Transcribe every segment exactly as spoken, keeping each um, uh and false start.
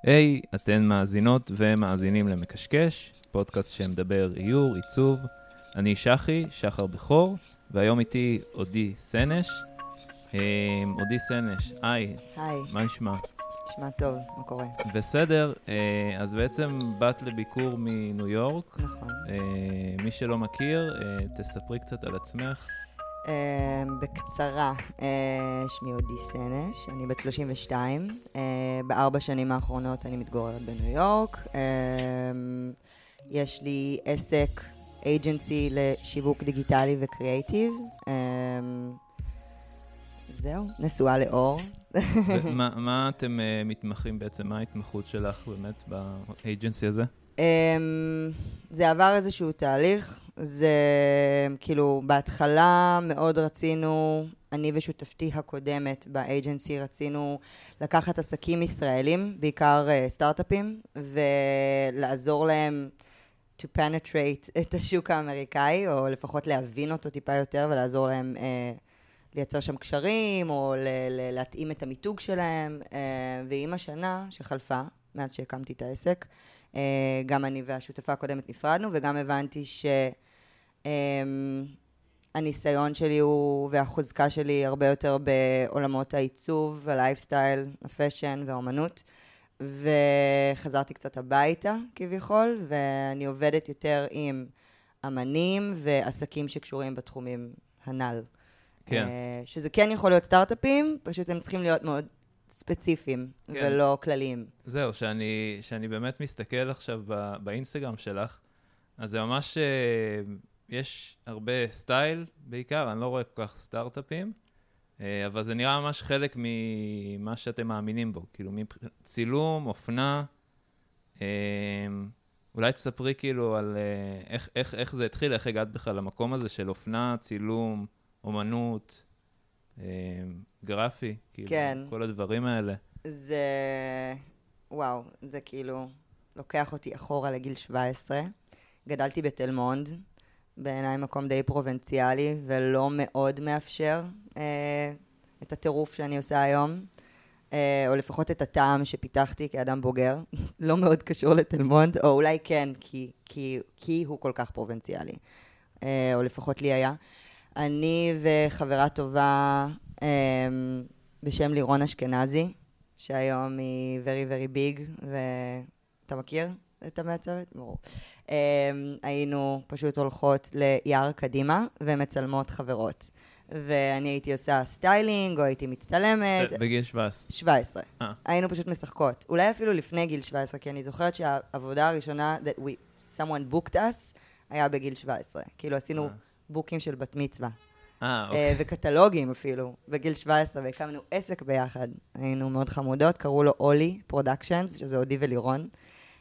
היי, hey, אתן מאזינות ומאזינים למקשקש, פודקאסט שמדבר איור, עיצוב. אני שחי, שחר בכור, והיום איתי עודי סנש. עודי סנש, היי. היי. מה נשמע? נשמע טוב, מה קורה? בסדר, אז בעצם באת לביקור מניו יורק. נכון. מי שלא מכיר, תספרי קצת על עצמך. בקצרה, שמי עודי סנש, אני בת שלושים ושתיים, בארבע שנים האחרונות אני מתגוררת בניו יורק, יש לי עסק, אייג'נסי לשיווק דיגיטלי וקריאייטיב, זהו, נשואה לאור. מה אתם מתמחים בעצם? מה ההתמחות שלך באמת באייג'נסי הזה? זה עבר איזשהו תהליך, זה כאילו בהתחלה מאוד רצינו, אני ושותפתי הקודמת באייג'נסי רצינו לקחת עסקים ישראלים, בעיקר סטארט-אפים, ולעזור להם to penetrate את השוק האמריקאי, או לפחות להבין אותו טיפה יותר ולעזור להם לייצר שם קשרים, או להתאים את המיתוג שלהם, ועם השנה שחלפה, מאז שהקמתי את העסק, גם אני והשותפה הקודמת נפרדנו, וגם הבנתי שהניסיון שלי הוא, והחוזקה שלי הרבה יותר בעולמות העיצוב, הלייפסטייל, הפשן והאומנות, וחזרתי קצת הביתה כביכול, ואני עובדת יותר עם אמנים ועסקים שקשורים בתחומים הנ"ל. כן. שזה כן יכול להיות סטארט-אפים, פשוט הם צריכים להיות מאוד ספציפיים, כן. ולא כלליים. זהו, שאני, שאני באמת מסתכל עכשיו בא, באינסטגרם שלך, אז זה ממש, יש הרבה סטייל בעיקר, אני לא רואה כל כך סטארט-אפים, אבל זה נראה ממש חלק ממה שאתם מאמינים בו, כאילו צילום, אופנה, אולי תספרי כאילו על איך, איך, איך זה התחיל, איך הגעת בכלל למקום הזה של אופנה, צילום, אומנות, גרפי, כאילו, כן. כל הדברים האלה. זה, וואו, זה כאילו, לוקח אותי אחורה לגיל שבע עשרה. גדלתי בתל מונד, בעיניי מקום די פרובנציאלי, ולא מאוד מאפשר אה, את הטירוף שאני עושה היום, אה, או לפחות את הטעם שפיתחתי כאדם בוגר. לא מאוד קשור לתל מונד, או אולי כן, כי, כי, כי הוא כל כך פרובנציאלי, אה, או לפחות לי היה. אני וחברה טובה um, בשם לירון אשכנזי, שהיום היא very very big, ואתה מכיר את המעצבת? ברור. Um, היינו פשוט הולכות ליער קדימה ומצלמות חברות. ואני הייתי עושה סטיילינג, או הייתי מצטלמת. בגיל שבע עשרה. שבע עשרה. אה. היינו פשוט משחקות. אולי אפילו לפני גיל שבע עשרה, כי אני זוכרת שהעבודה הראשונה, that we, someone booked us, היה בגיל שבע עשרה. כאילו עשינו... אה. בוקים של בת מצווה. אה, אוקיי. וקטלוגים אפילו, בגיל שבע עשרה, והקמנו עסק ביחד. היינו מאוד חמודות, קראו לו אולי פרודקשנס, שזה עודי ולירון.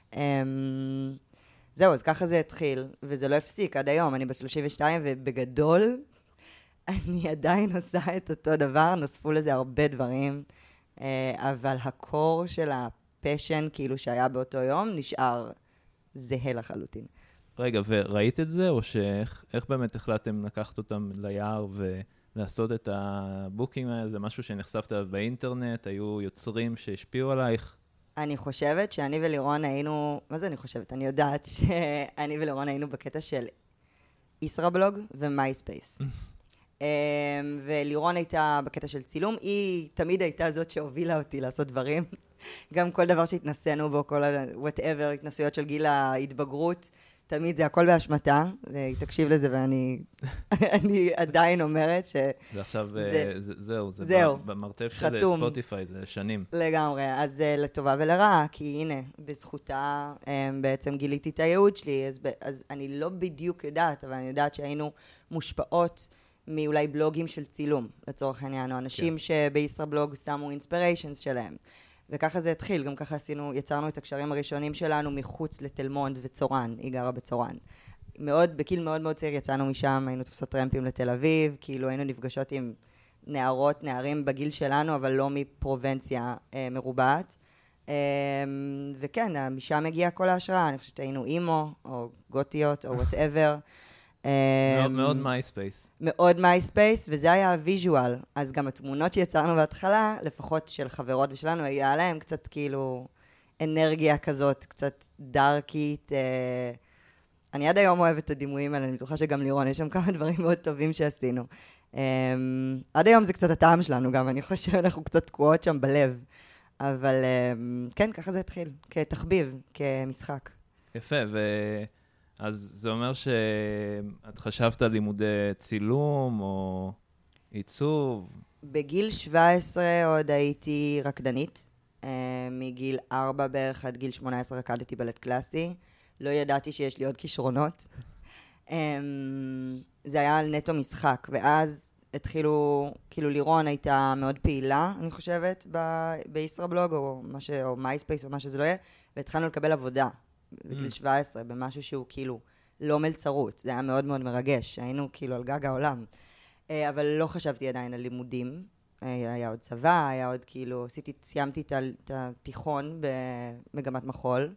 זהו, אז ככה זה התחיל, וזה לא הפסיק עד היום. אני ב-שלושים ושתיים, ובגדול, אני עדיין עושה את אותו דבר, נוספו לזה הרבה דברים, אבל הקור של הפשן, כאילו שהיה באותו יום, נשאר זהה לחלוטין. רגע, וראית את זה, או שאיך איך באמת החלטתם לקחת אותם ליער ולעשות את הבוקים האלה? זה משהו שנחשפת עליו באינטרנט? היו יוצרים שהשפיעו עלייך? אני חושבת שאני ולירון היינו... מה זה אני חושבת? אני יודעת שאני ולירון היינו בקטע של ישראבלוג ומייספייס. ולירון הייתה בקטע של צילום. היא תמיד הייתה זאת שהובילה אותי לעשות דברים. גם כל דבר שהתנסינו בו, כל ה-whatever, התנסויות של גיל ההתבגרות, תמיד זה הכל באשמתה, והיא תקשיב לזה, ואני אני עדיין אומרת ש... זה עכשיו, זה, זה, זהו, זה זהו, במרתף של ספוטיפיי, זה שנים. לגמרי, אז לטובה ולרעה, כי הנה, בזכותה בעצם גיליתי את הייעוד שלי, אז, אז אני לא בדיוק יודעת, אבל אני יודעת שהיינו מושפעות מאולי בלוגים של צילום, לצורך העניין, או אנשים כן. שבישראבלוג שמו אינספיריישנס שלהם. וככה זה התחיל, גם ככה עשינו, יצרנו את הקשרים הראשונים שלנו מחוץ לתל מונד וצורן, היא גרה בצורן. מאוד, בגיל מאוד מאוד צעיר יצאנו משם, היינו תפסות טרמפים לתל אביב, כאילו היינו נפגשות עם נערות, נערים בגיל שלנו, אבל לא מפרובנציה אה, מרובעת. אה, וכן, משם הגיעה כל ההשראה, אני חושבת היינו אימו, או גותיות, או whatever. מאוד מאוד מייספייס. מאוד מייספייס, וזה היה הוויז'ואל. אז גם התמונות שיצרנו בהתחלה, לפחות של חברות ושלנו, היה להם קצת כאילו אנרגיה כזאת, קצת דארקית. אני עד היום אוהבת את הדימויים האלה, אני בטוחה שגם לירון, יש שם כמה דברים מאוד טובים שעשינו. עד היום זה קצת הטעם שלנו גם, אני חושבת שאנחנו קצת תקועות שם בלב. אבל כן, ככה זה התחיל, כתחביב, כמשחק. יפה, ואז זה אומר שאת חשבת על לימודי צילום או עיצוב? בגיל שבע עשרה עוד הייתי רקדנית. מגיל ארבע בערך עד גיל שמונה עשרה רקדתי בלט קלאסי. לא ידעתי שיש לי עוד כישרונות. זה היה נטו משחק, ואז התחילו, כאילו לירון הייתה מאוד פעילה, אני חושבת, בישראבלוג, או, או מייספייס, או מה שזה לא יהיה, והתחלנו לקבל עבודה בגיל שבע עשרה, במשהו שהוא כאילו לא מלצרות. זה היה מאוד מאוד מרגש, היינו כאילו על גג העולם. אבל לא חשבתי עדיין על לימודים. היה עוד צבא, היה עוד כאילו, עשיתי, סיימתי את התיכון במגמת מחול.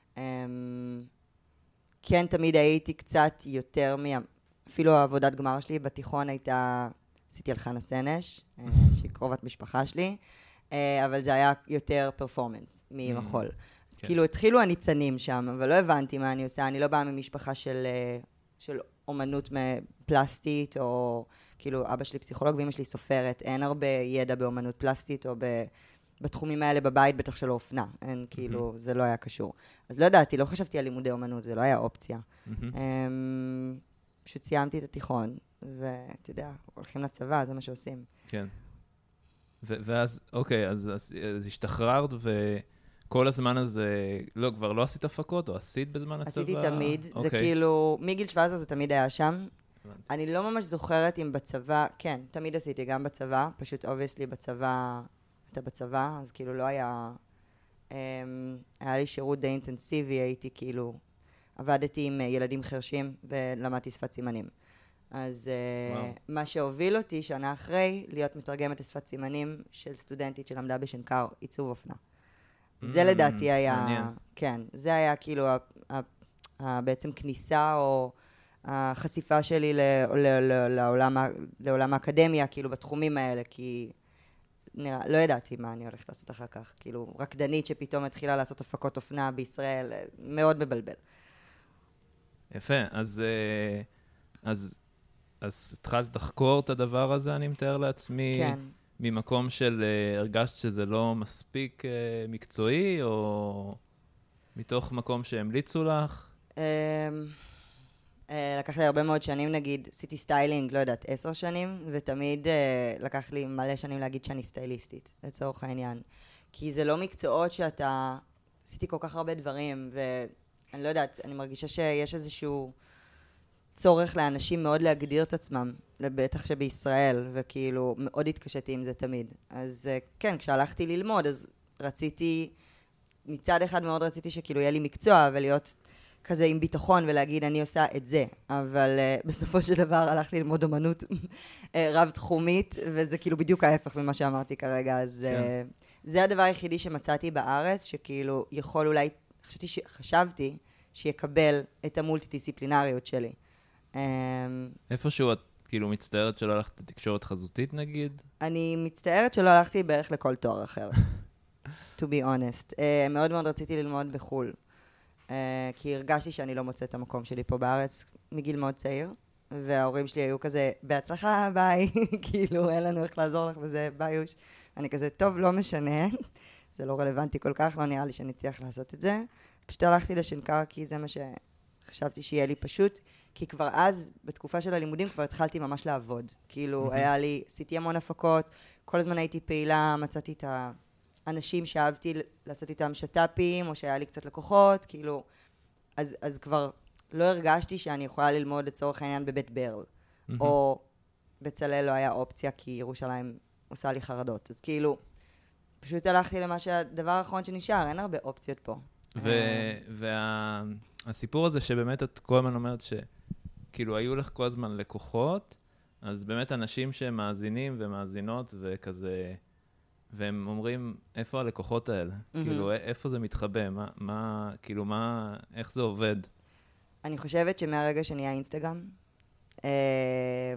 כן, תמיד הייתי קצת יותר מה... אפילו העבודת גמר שלי בתיכון הייתה, עשיתי על חנה סנש, שהיא קרובת משפחה שלי, אבל זה היה יותר פרפורמנס ממחול. אז כאילו התחילו הניצנים שם, אבל לא הבנתי מה אני עושה. אני לא באה ממשפחה של, של אומנות פלסטית, או כאילו אבא שלי פסיכולוג ואמא שלי סופרת. אין הרבה ידע באומנות פלסטית, או ב... בתחומים האלה בבית, בטח שלא אופנה. אין, כאילו, זה לא היה קשור. אז לא ידעתי, לא חשבתי על לימודי אומנות, זה לא היה אופציה. פשוט סיימתי את התיכון, ואתה יודע, הולכים לצבא, זה מה שעושים. כן. ואז, אוקיי, אז השתחררת, וכל הזמן הזה, לא, כבר לא עשית הפקות, או עשית בזמן הצבא? עשיתי תמיד, זה כאילו, מגיל שבע עשרה זה תמיד היה שם. אני לא ממש זוכרת אם בצבא, כן, תמיד עשיתי גם בצבא, פשוט obviously בצבא, אתה בצבא, אז כאילו לא היה, היה לי שירות די אינטנסיבי, הייתי כאילו, עבדתי עם ילדים חרשים ולמדתי שפת סימנים. אז uh, מה שהוביל אותי שנה אחרי, להיות מתרגמת לשפת סימנים של סטודנטית שלמדה בשנקר עיצוב אופנה. Mm, זה לדעתי היה, מעניין. כן, זה היה כאילו ה, ה, ה, בעצם כניסה או החשיפה שלי ל, ל, ל, לעולם, לעולם האקדמיה, כאילו בתחומים האלה, כי נראה, לא ידעתי מה אני הולכת לעשות אחר כך. כאילו רקדנית שפתאום התחילה לעשות הפקות אופנה בישראל, מאוד מבלבל. יפה, אז... אז אז התחלת לחקור את הדבר הזה, אני מתאר לעצמי, כן. ממקום של uh, הרגשת שזה לא מספיק uh, מקצועי, או מתוך מקום שהמליצו לך? Um, uh, לקח לי הרבה מאוד שנים, נגיד, עשיתי סטיילינג, לא יודעת, עשר שנים, ותמיד uh, לקח לי מלא שנים להגיד שאני סטייליסטית, לצורך העניין. כי זה לא מקצועות שאתה... עשיתי כל כך הרבה דברים, ואני לא יודעת, אני מרגישה שיש איזשהו... צורך לאנשים מאוד להגדיר את עצמם, בטח שבישראל, וכאילו מאוד התקשתי עם זה תמיד. אז כן, כשהלכתי ללמוד, אז רציתי, מצד אחד מאוד רציתי שכאילו יהיה לי מקצוע, ולהיות כזה עם ביטחון ולהגיד אני עושה את זה. אבל uh, בסופו של דבר הלכתי ללמוד אומנות רב תחומית, וזה כאילו בדיוק ההפך ממה שאמרתי כרגע. אז כן. uh, זה הדבר היחידי שמצאתי בארץ, שכאילו יכול אולי, חשבתי, ש... חשבתי שיקבל את המולטי-דיסציפלינריות שלי. איפשהו את כאילו מצטערת שלא הלכת לתקשורת חזותית נגיד? אני מצטערת שלא הלכתי בערך לכל תואר אחר. To be honest. Uh, מאוד מאוד רציתי ללמוד בחול. Uh, כי הרגשתי שאני לא מוצאת את המקום שלי פה בארץ מגיל מאוד צעיר. וההורים שלי היו כזה, בהצלחה, ביי. כאילו, אין לנו איך לעזור לך וזה, ביוש. אני כזה, טוב, לא משנה. זה לא רלוונטי כל כך, לא נראה לי שנצליח לעשות את זה. פשוט הלכתי לשנקר כי זה מה שחשבתי שיהיה לי פשוט. כי כבר אז, בתקופה של הלימודים, כבר התחלתי ממש לעבוד. כאילו, היה לי, עשיתי המון הפקות, כל הזמן הייתי פעילה, מצאתי את האנשים שאהבתי לעשות איתם שטאפים, או שהיה לי קצת לקוחות, כאילו, אז, אז כבר לא הרגשתי שאני יכולה ללמוד לצורך העניין בבית ברל, או בצלל לא היה אופציה, כי ירושלים עושה לי חרדות. אז כאילו, פשוט הלכתי למה שהדבר האחרון שנשאר, אין הרבה אופציות פה. והסיפור הזה שבאמת את כל הזמן אומרת ש... כאילו, היו לך כל הזמן לקוחות, אז באמת אנשים שמאזינים ומאזינות וכזה, והם אומרים, איפה הלקוחות האלה? Mm-hmm. כאילו, איפה זה מתחבא? מה, מה, כאילו, מה, איך זה עובד? אני חושבת שמהרגע שנהיה אינסטגרם, אה,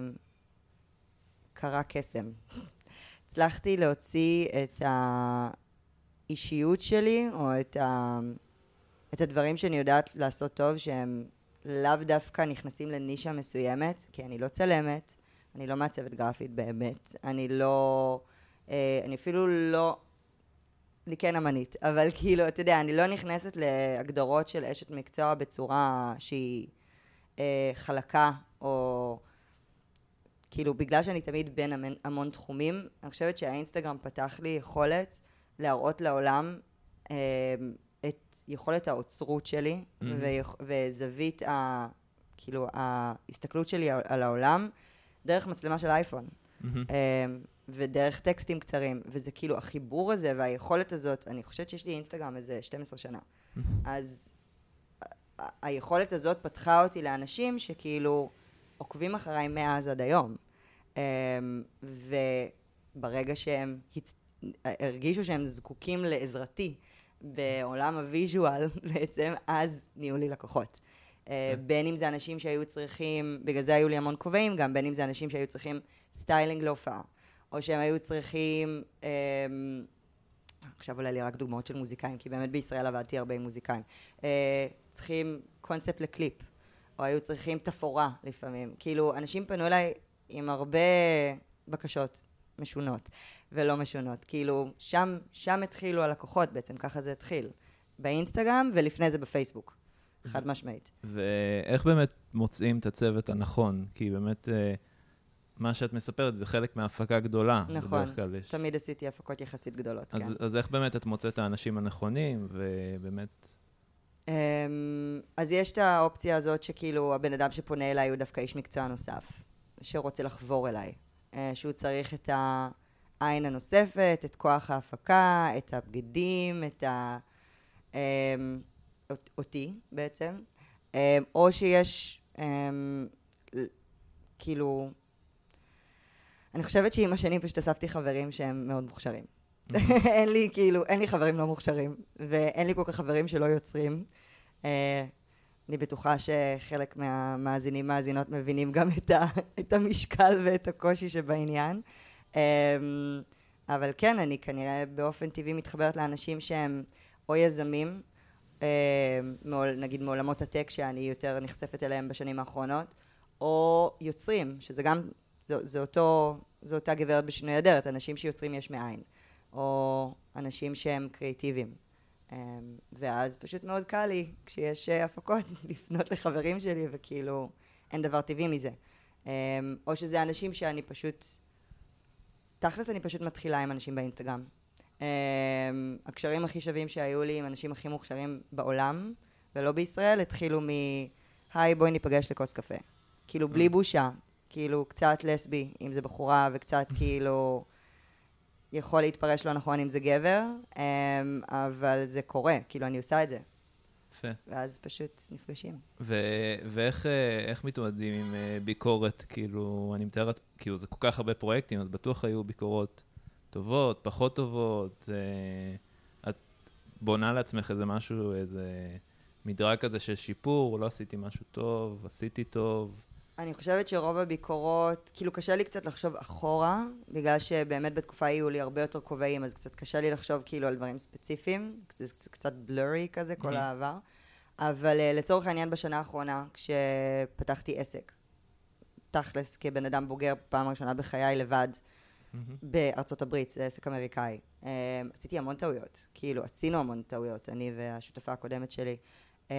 קרה קסם. הצלחתי להוציא את האישיות שלי, או את, ה, את הדברים שאני יודעת לעשות טוב, שהם לאו דווקא נכנסים לנישה מסוימת, כי אני לא צלמת, אני לא מעצבת גרפית באמת, אני לא, אה, אני אפילו לא, אני כן אמנית, אבל כאילו, אתה יודע, אני לא נכנסת להגדרות של אשת מקצוע בצורה שהיא אה, חלקה, או כאילו, בגלל שאני תמיד בין המון, המון תחומים, אני חושבת שהאינסטגרם פתח לי יכולת להראות לעולם אה, את יכולת האוצרות שלי, mm-hmm. ויכ, וזווית, ה, כאילו, ההסתכלות שלי על העולם, דרך מצלמה של אייפון. Mm-hmm. אה, ודרך טקסטים קצרים, וזה כאילו החיבור הזה והיכולת הזאת, אני חושבת שיש לי אינסטגרם איזה שתים עשרה שנה. Mm-hmm. אז ה- היכולת הזאת פתחה אותי לאנשים שכאילו עוקבים אחריי מאז עד היום. וברגע שהם הצ... הרגישו שהם זקוקים לעזרתי בעולם הוויז'ואל, בעצם אז נהיו לי לקוחות. Okay. בין אם זה אנשים שהיו צריכים, בגלל זה היו לי המון קובעים, גם בין אם זה אנשים שהיו צריכים סטיילינג להופעה, או שהם היו צריכים, עכשיו עולה לי רק דוגמאות של מוזיקאים, כי באמת בישראל עבדתי הרבה עם מוזיקאים, צריכים קונספט לקליפ, או היו צריכים תפורה לפעמים. כאילו, אנשים פנו אליי עם הרבה בקשות משונות ולא משונות. כאילו, שם, שם התחילו הלקוחות בעצם, ככה זה התחיל. באינסטגרם ולפני זה בפייסבוק. חד משמעית. ואיך באמת מוצאים את הצוות הנכון? כי באמת מה שאת מספרת זה חלק מההפקה גדולה. נכון, תמיד עשיתי הפקות יחסית גדולות, אז, כן. אז איך באמת את מוצאת האנשים הנכונים, ובאמת... אז יש את האופציה הזאת שכאילו הבן אדם שפונה אליי הוא דווקא איש מקצוע נוסף, שרוצה לחבור אליי, שהוא צריך את העין הנוספת, את כוח ההפקה, את הבגדים, את ה... אותי בעצם, או שיש כאילו... אני חושבת שעם השנים פשוט אספתי חברים שהם מאוד מוכשרים. אין לי, כאילו, אין לי חברים לא מוכשרים, ואין לי כל כך חברים שלא יוצרים. אני בטוחה שחלק מהמאזינים, מאזינות מבינים גם את, ה, את המשקל ואת הקושי שבעניין. אבל כן, אני כנראה באופן טבעי מתחברת לאנשים שהם או יזמים, נגיד מעולמות הטק שאני יותר נחשפת אליהם בשנים האחרונות, או יוצרים, שזה גם... זו, זו, אותו, זו אותה גברת בשינוי אדרת, אנשים שיוצרים יש מאין, או אנשים שהם קריאטיביים. ואז פשוט מאוד קל לי, כשיש הפקות, לפנות לחברים שלי, וכאילו אין דבר טבעי מזה. או שזה אנשים שאני פשוט, תכלס אני פשוט מתחילה עם אנשים באינסטגרם. הקשרים הכי שווים שהיו לי עם אנשים הכי מוכשרים בעולם, ולא בישראל, התחילו מ... היי, בואי ניפגש לכוס קפה. כאילו בלי בושה. כאילו קצת לסבי, אם זה בחורה, וקצת כאילו יכול להתפרש לא נכון אם זה גבר, אבל זה קורה, כאילו אני עושה את זה. יפה. ואז פשוט נפגשים. ו- ואיך איך מתמודדים עם ביקורת, כאילו, אני מתארת, כאילו זה כל כך הרבה פרויקטים, אז בטוח היו ביקורות טובות, פחות טובות, את בונה לעצמך איזה משהו, איזה מדרג כזה של שיפור, לא עשיתי משהו טוב, עשיתי טוב. אני חושבת שרוב הביקורות, כאילו קשה לי קצת לחשוב אחורה, בגלל שבאמת בתקופה היו לי הרבה יותר כובעים, אז קצת קשה לי לחשוב כאילו על דברים ספציפיים, קצת, קצת בלורי כזה, כל העבר. אבל uh, לצורך העניין בשנה האחרונה, כשפתחתי עסק, תכלס כבן אדם בוגר פעם ראשונה בחיי לבד, בארצות הברית, זה עסק אמריקאי. Um, עשיתי המון טעויות, כאילו עשינו המון טעויות, אני והשותפה הקודמת שלי. Um,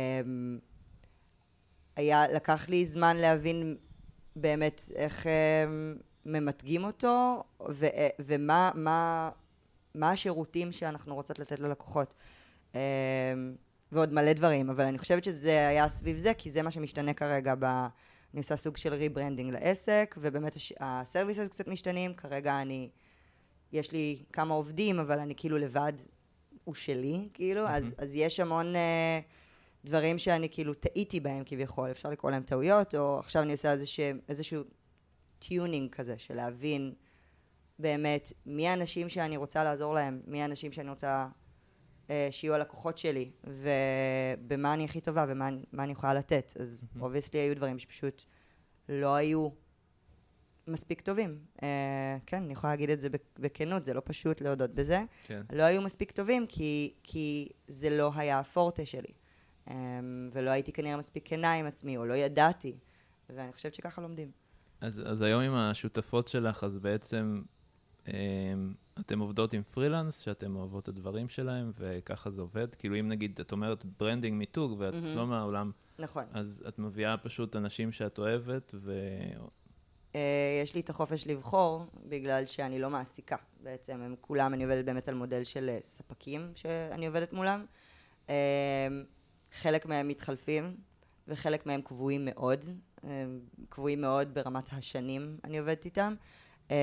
היה, לקח לי זמן להבין באמת איך um, ממתגים אותו, ו, ומה מה, מה השירותים שאנחנו רוצות לתת ללקוחות. Um, ועוד מלא דברים, אבל אני חושבת שזה היה סביב זה, כי זה מה שמשתנה כרגע ב... אני עושה סוג של ריברנדינג לעסק, ובאמת הסרוויסס קצת משתנים, כרגע אני... יש לי כמה עובדים, אבל אני כאילו לבד, הוא שלי, כאילו, mm-hmm. אז, אז יש המון... Uh, דברים שאני כאילו טעיתי בהם כביכול, אפשר לקרוא להם טעויות, או עכשיו אני עושה איזשהו, איזשהו טיונינג כזה, של להבין באמת מי האנשים שאני רוצה לעזור להם, מי האנשים שאני רוצה אה, שיהיו הלקוחות שלי, ובמה אני הכי טובה ומה מה אני יכולה לתת. אז אובייסלי היו דברים שפשוט לא היו מספיק טובים. Uh, כן, אני יכולה להגיד את זה בכנות, זה לא פשוט להודות בזה. כן. לא היו מספיק טובים, כי, כי זה לא היה הפורטה שלי. Um, ולא הייתי כנראה מספיק כנה עם עצמי, או לא ידעתי. ואני חושבת שככה לומדים. אז, אז היום עם השותפות שלך, אז בעצם um, אתם עובדות עם פרילנס, שאתם אוהבות את הדברים שלהם, וככה זה עובד. כאילו אם נגיד, את אומרת ברנדינג מיתוג, ואת mm-hmm. לא מהעולם, נכון. אז את מביאה פשוט אנשים שאת אוהבת, ו... Uh, יש לי את החופש לבחור, בגלל שאני לא מעסיקה. בעצם הם כולם, אני עובדת באמת על מודל של ספקים שאני עובדת מולם. Uh, חלק מהם מתחלפים, וחלק מהם קבועים מאוד. Uh, קבועים מאוד ברמת השנים אני עובדת איתם. Uh,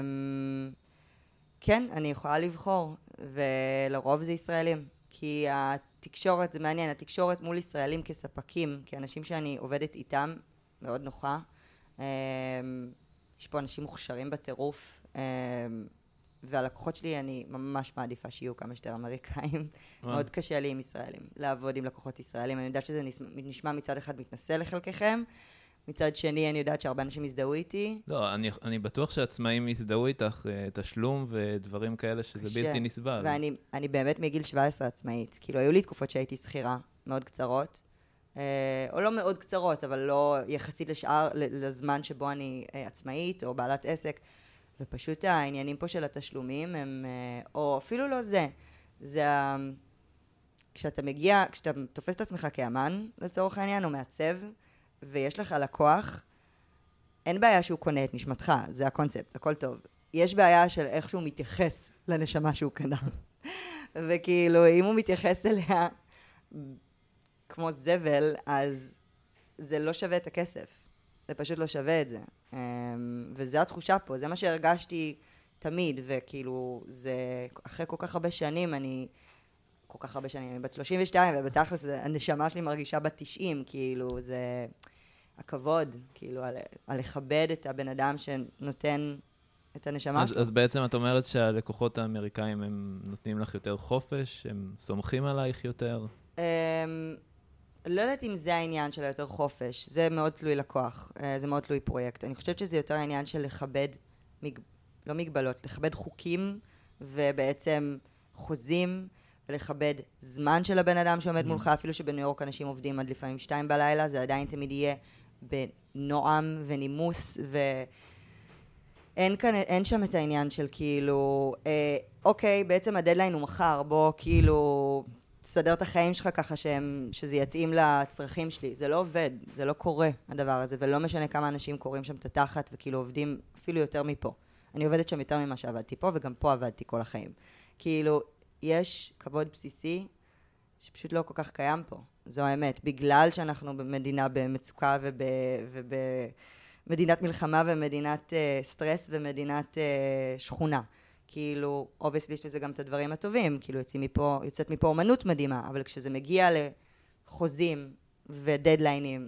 כן, אני יכולה לבחור, ולרוב זה ישראלים. כי התקשורת, זה מעניין, התקשורת מול ישראלים כספקים, כאנשים שאני עובדת איתם, מאוד נוחה. יש פה אנשים מוכשרים בטירוף, והלקוחות שלי אני ממש מעדיפה שיהיו כמה שיותר אמריקאים. מאוד קשה לי עם ישראלים, לעבוד עם לקוחות ישראלים. אני יודעת שזה נשמע מצד אחד מתנסה לחלקכם, מצד שני אני יודעת שהרבה אנשים יזדהו איתי. לא, אני, אני בטוח שעצמאים יזדהו איתך תשלום ודברים כאלה שזה קשה. בלתי נסבל. ואני אני באמת מגיל שבע עשרה עצמאית. כאילו היו לי תקופות שהייתי שכירה, מאוד קצרות. או לא מאוד קצרות, אבל לא יחסית לשאר, לזמן שבו אני עצמאית או בעלת עסק, ופשוט העניינים פה של התשלומים הם, או אפילו לא זה, זה כשאתה מגיע, כשאתה תופס את עצמך כאמן לצורך העניין או מעצב, ויש לך לקוח, אין בעיה שהוא קונה את נשמתך, זה הקונספט, הכל טוב. יש בעיה של איך שהוא מתייחס לנשמה שהוא קנה. וכאילו, אם הוא מתייחס אליה כמו זבל, אז זה לא שווה את הכסף. זה פשוט לא שווה את זה. וזו התחושה פה, זה מה שהרגשתי תמיד, וכאילו, זה אחרי כל כך הרבה שנים, אני, כל כך הרבה שנים, אני בת שלושים ושתיים, ובתכלס, הנשמה שלי מרגישה בת תשעים, כאילו, זה הכבוד, כאילו, על, על לכבד את הבן אדם שנותן את הנשמה אז, שלו. אז בעצם את אומרת שהלקוחות האמריקאים הם נותנים לך יותר חופש, הם סומכים עלייך יותר? לא יודעת אם זה העניין של היותר חופש, זה מאוד תלוי לקוח, זה מאוד תלוי פרויקט. אני חושבת שזה יותר העניין של לכבד, מג... לא מגבלות, לכבד חוקים ובעצם חוזים, ולכבד זמן של הבן אדם שעומד מולך, אפילו שבניו יורק אנשים עובדים עד לפעמים שתיים בלילה, זה עדיין תמיד יהיה בנועם ונימוס, ואין כאן, אין שם את העניין של כאילו, אה, אוקיי, בעצם הדדליין הוא מחר, בוא כאילו תסדר את החיים שלך ככה שהם, שזה יתאים לצרכים שלי. זה לא עובד, זה לא קורה הדבר הזה, ולא משנה כמה אנשים קוראים שם את התחת, וכאילו עובדים אפילו יותר מפה. אני עובדת שם יותר ממה שעבדתי פה, וגם פה עבדתי כל החיים. כאילו, יש כבוד בסיסי שפשוט לא כל כך קיים פה. זו האמת. בגלל שאנחנו במדינה במצוקה ובמדינת מלחמה ומדינת uh, סטרס ומדינת uh, שכונה. כאילו, obviously יש לזה גם את הדברים הטובים. כאילו, יוצאים מפה, יוצאת מפה אומנות מדהימה, אבל כשזה מגיע לחוזים ודדליינים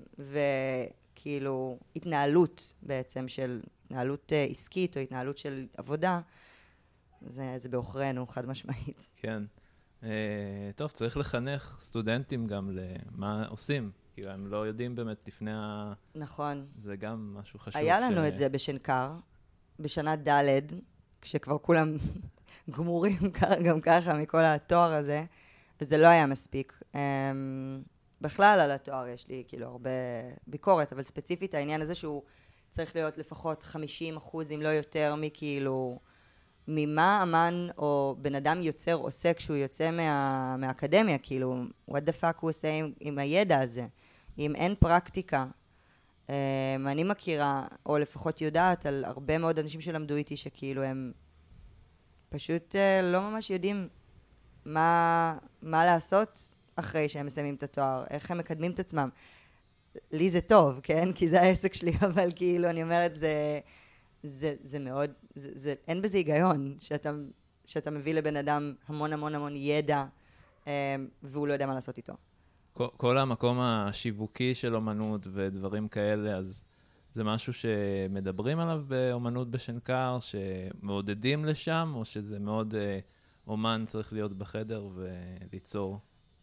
וכאילו התנהלות בעצם של התנהלות uh, עסקית או התנהלות של עבודה, זה, זה באוכרנו, חד משמעית. כן. Uh, טוב, צריך לחנך סטודנטים גם למה עושים, כי הם לא יודעים באמת לפני ה... נכון. זה גם משהו חשוב. היה לנו ש... את זה בשנקר, בשנה ד', כשכבר כולם גמורים גם ככה מכל התואר הזה, וזה לא היה מספיק. Um, בכלל על התואר יש לי כאילו הרבה ביקורת, אבל ספציפית העניין הזה שהוא צריך להיות לפחות חמישים אחוז, אם לא יותר, מכאילו... ממה אמן או בן אדם יוצר עושה כשהוא יוצא מה, מהאקדמיה, כאילו, what the fuck הוא עושה עם, עם הידע הזה? אם אין פרקטיקה, אני מכירה, או לפחות יודעת, על הרבה מאוד אנשים שלמדו איתי, שכאילו הם פשוט לא ממש יודעים מה, מה לעשות אחרי שהם מסיימים את התואר, איך הם מקדמים את עצמם. לי זה טוב, כן? כי זה העסק שלי, אבל כאילו, אני אומרת, זה... זה, זה מאוד, זה, זה, אין בזה היגיון שאתה, שאתה מביא לבן אדם המון המון המון ידע, והוא לא יודע מה לעשות איתו. כל, כל המקום השיווקי של אומנות ודברים כאלה, אז זה משהו שמדברים עליו באומנות בשנקר, שמעודדים לשם, או שזה מאוד אומן צריך להיות בחדר וליצור?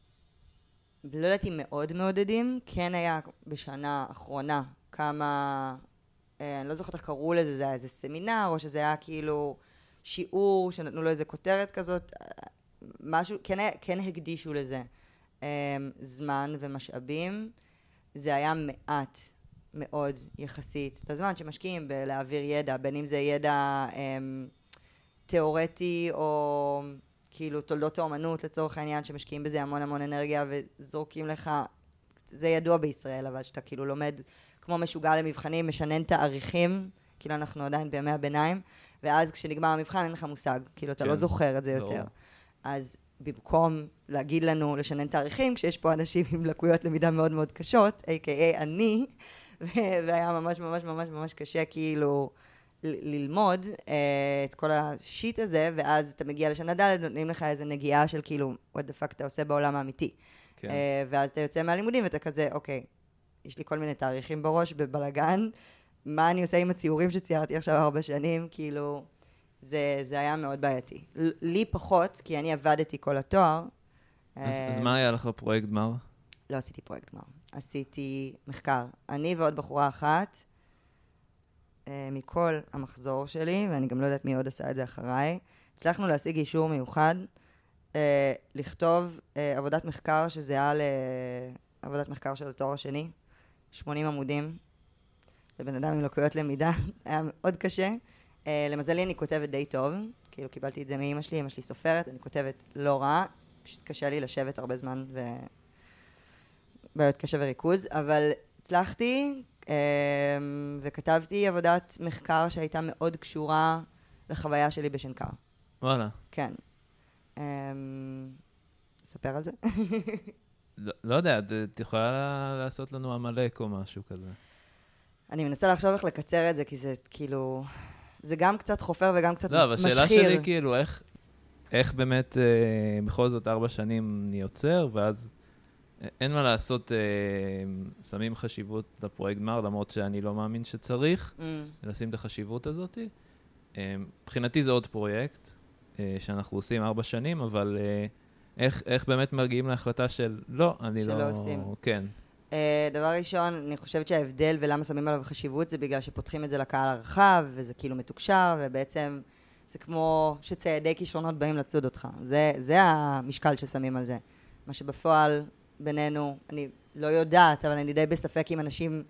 לא יודעת אם מאוד מעודדים, כן היה בשנה האחרונה כמה... אני לא זוכרת איך קראו לזה, זה היה איזה סמינר, או שזה היה כאילו שיעור, שנתנו לו איזה כותרת כזאת, משהו, כן, כן הקדישו לזה זמן ומשאבים. זה היה מעט מאוד יחסית לזמן שמשקיעים בלהעביר ידע, בין אם זה ידע אמ, תיאורטי או כאילו תולדות האומנות לצורך העניין, שמשקיעים בזה המון המון אנרגיה וזורקים לך, זה ידוע בישראל, אבל שאתה כאילו לומד כמו משוגע למבחנים, משנן תאריכים, כאילו אנחנו עדיין בימי הביניים, ואז כשנגמר המבחן אין לך מושג, כאילו אתה כן, לא זוכר את זה יותר. לא. אז במקום להגיד לנו לשנן תאריכים, כשיש פה אנשים עם לקויות למידה מאוד מאוד קשות, איי קיי איי אני, והיה ממש ממש ממש ממש קשה כאילו ל- ללמוד אה, את כל השיט הזה, ואז אתה מגיע לשנה ד' נותנים לך איזו נגיעה של כאילו, what the fuck אתה עושה בעולם האמיתי. כן. אה, ואז אתה יוצא מהלימודים ואתה כזה, אוקיי, יש לי כל מיני תאריכים בראש, בבלגן, מה אני עושה עם הציורים שציירתי עכשיו ארבע שנים, כאילו, זה, זה היה מאוד בעייתי. לי פחות, כי אני עבדתי כל התואר. אז, אז מה היה לך פרויקט גמר? לא עשיתי פרויקט גמר. עשיתי מחקר. אני ועוד בחורה אחת, מכל המחזור שלי, ואני גם לא יודעת מי עוד עשה את זה אחריי, הצלחנו להשיג אישור מיוחד, לכתוב עבודת מחקר שזה היה לעבודת מחקר של התואר השני, שמונים עמודים, לבן אדם עם לקויות למידה, היה מאוד קשה. Uh, למזלי אני כותבת די טוב, כאילו קיבלתי את זה מאמא שלי, אמא שלי סופרת, אני כותבת לא רע, פשוט קשה לי לשבת הרבה זמן ובעיות קשה וריכוז, אבל הצלחתי uh, וכתבתי עבודת מחקר שהייתה מאוד קשורה לחוויה שלי בשנקר. וואלה. כן. Um, ספר על זה? לא, לא יודע, את יכולה לעשות לנו עמלק או משהו כזה. אני מנסה לחשוב איך לקצר את זה, כי זה כאילו... זה גם קצת חופר וגם קצת לא, אבל משחיר. השאלה שלי כאילו, איך, איך באמת אה, בכל זאת ארבע שנים אני יוצר, ואז אה, אין מה לעשות, אה, שמים חשיבות לפרויקט גמר, למרות שאני לא מאמין שצריך, Mm. לשים את החשיבות הזאת. אה, מבחינתי זה עוד פרויקט אה, שאנחנו עושים ארבע שנים, אבל אה, איך, איך באמת מרגיעים להחלטה של לא, אני שלא לא... עושים. כן. Uh, דבר ראשון, אני חושבת שההבדל ולמה שמים עליו חשיבות זה בגלל שפותחים את זה לקהל הרחב, וזה כאילו מתוקשר, ובעצם זה כמו שציידי כישרונות באים לצוד אותך. זה, זה המשקל ששמים על זה. מה שבפועל בינינו, אני לא יודעת, אבל אני די בספק אם אנשים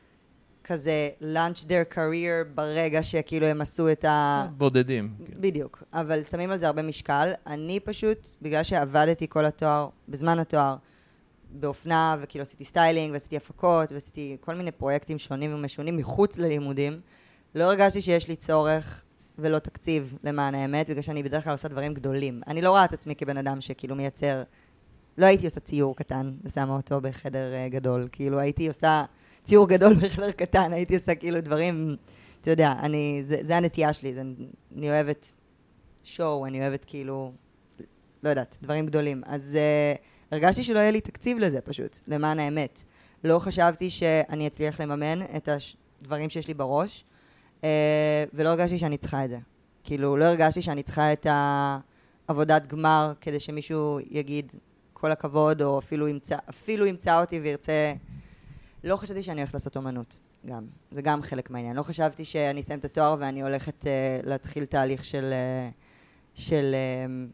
כזה launch their career ברגע שכאילו הם עשו את ה... בודדים. כן. בדיוק, אבל שמים על זה הרבה משקל. אני פשוט, בגלל שעבדתי כל התואר, בזמן התואר, באופנה, וכאילו עשיתי סטיילינג, ועשיתי הפקות, ועשיתי כל מיני פרויקטים שונים ומשונים מחוץ ללימודים. לא הרגשתי שיש לי צורך ולא תקציב למען האמת, בגלל שאני בדרך כלל עושה דברים גדולים. אני לא רואה את עצמי כבן אדם שכאילו מייצר, לא הייתי עושה ציור קטן, ושמה אותו בחדר uh, גדול. כאילו הייתי עושה ציור גדול בחדר קטן, הייתי עושה כאילו דברים, אתה יודע, אני, זה, זה הנטייה שלי, זה, אני אוהבת שואו, אני אוהבת כאילו, לא יודעת, דברים גדולים. אז... Uh, הרגשתי שלא יהיה לי תקציב לזה פשוט, למען האמת. לא חשבתי שאני אצליח לממן את הדברים שיש לי בראש, ולא הרגשתי שאני צריכה את זה. כאילו, לא הרגשתי שאני צריכה את העבודת גמר, כדי שמישהו יגיד כל הכבוד, או אפילו ימצא, אפילו ימצא אותי וירצה... לא חשבתי שאני הולכת לעשות אומנות, גם. זה גם חלק מהעניין. לא חשבתי שאני אסיים את התואר ואני הולכת uh, להתחיל תהליך של... Uh, של uh,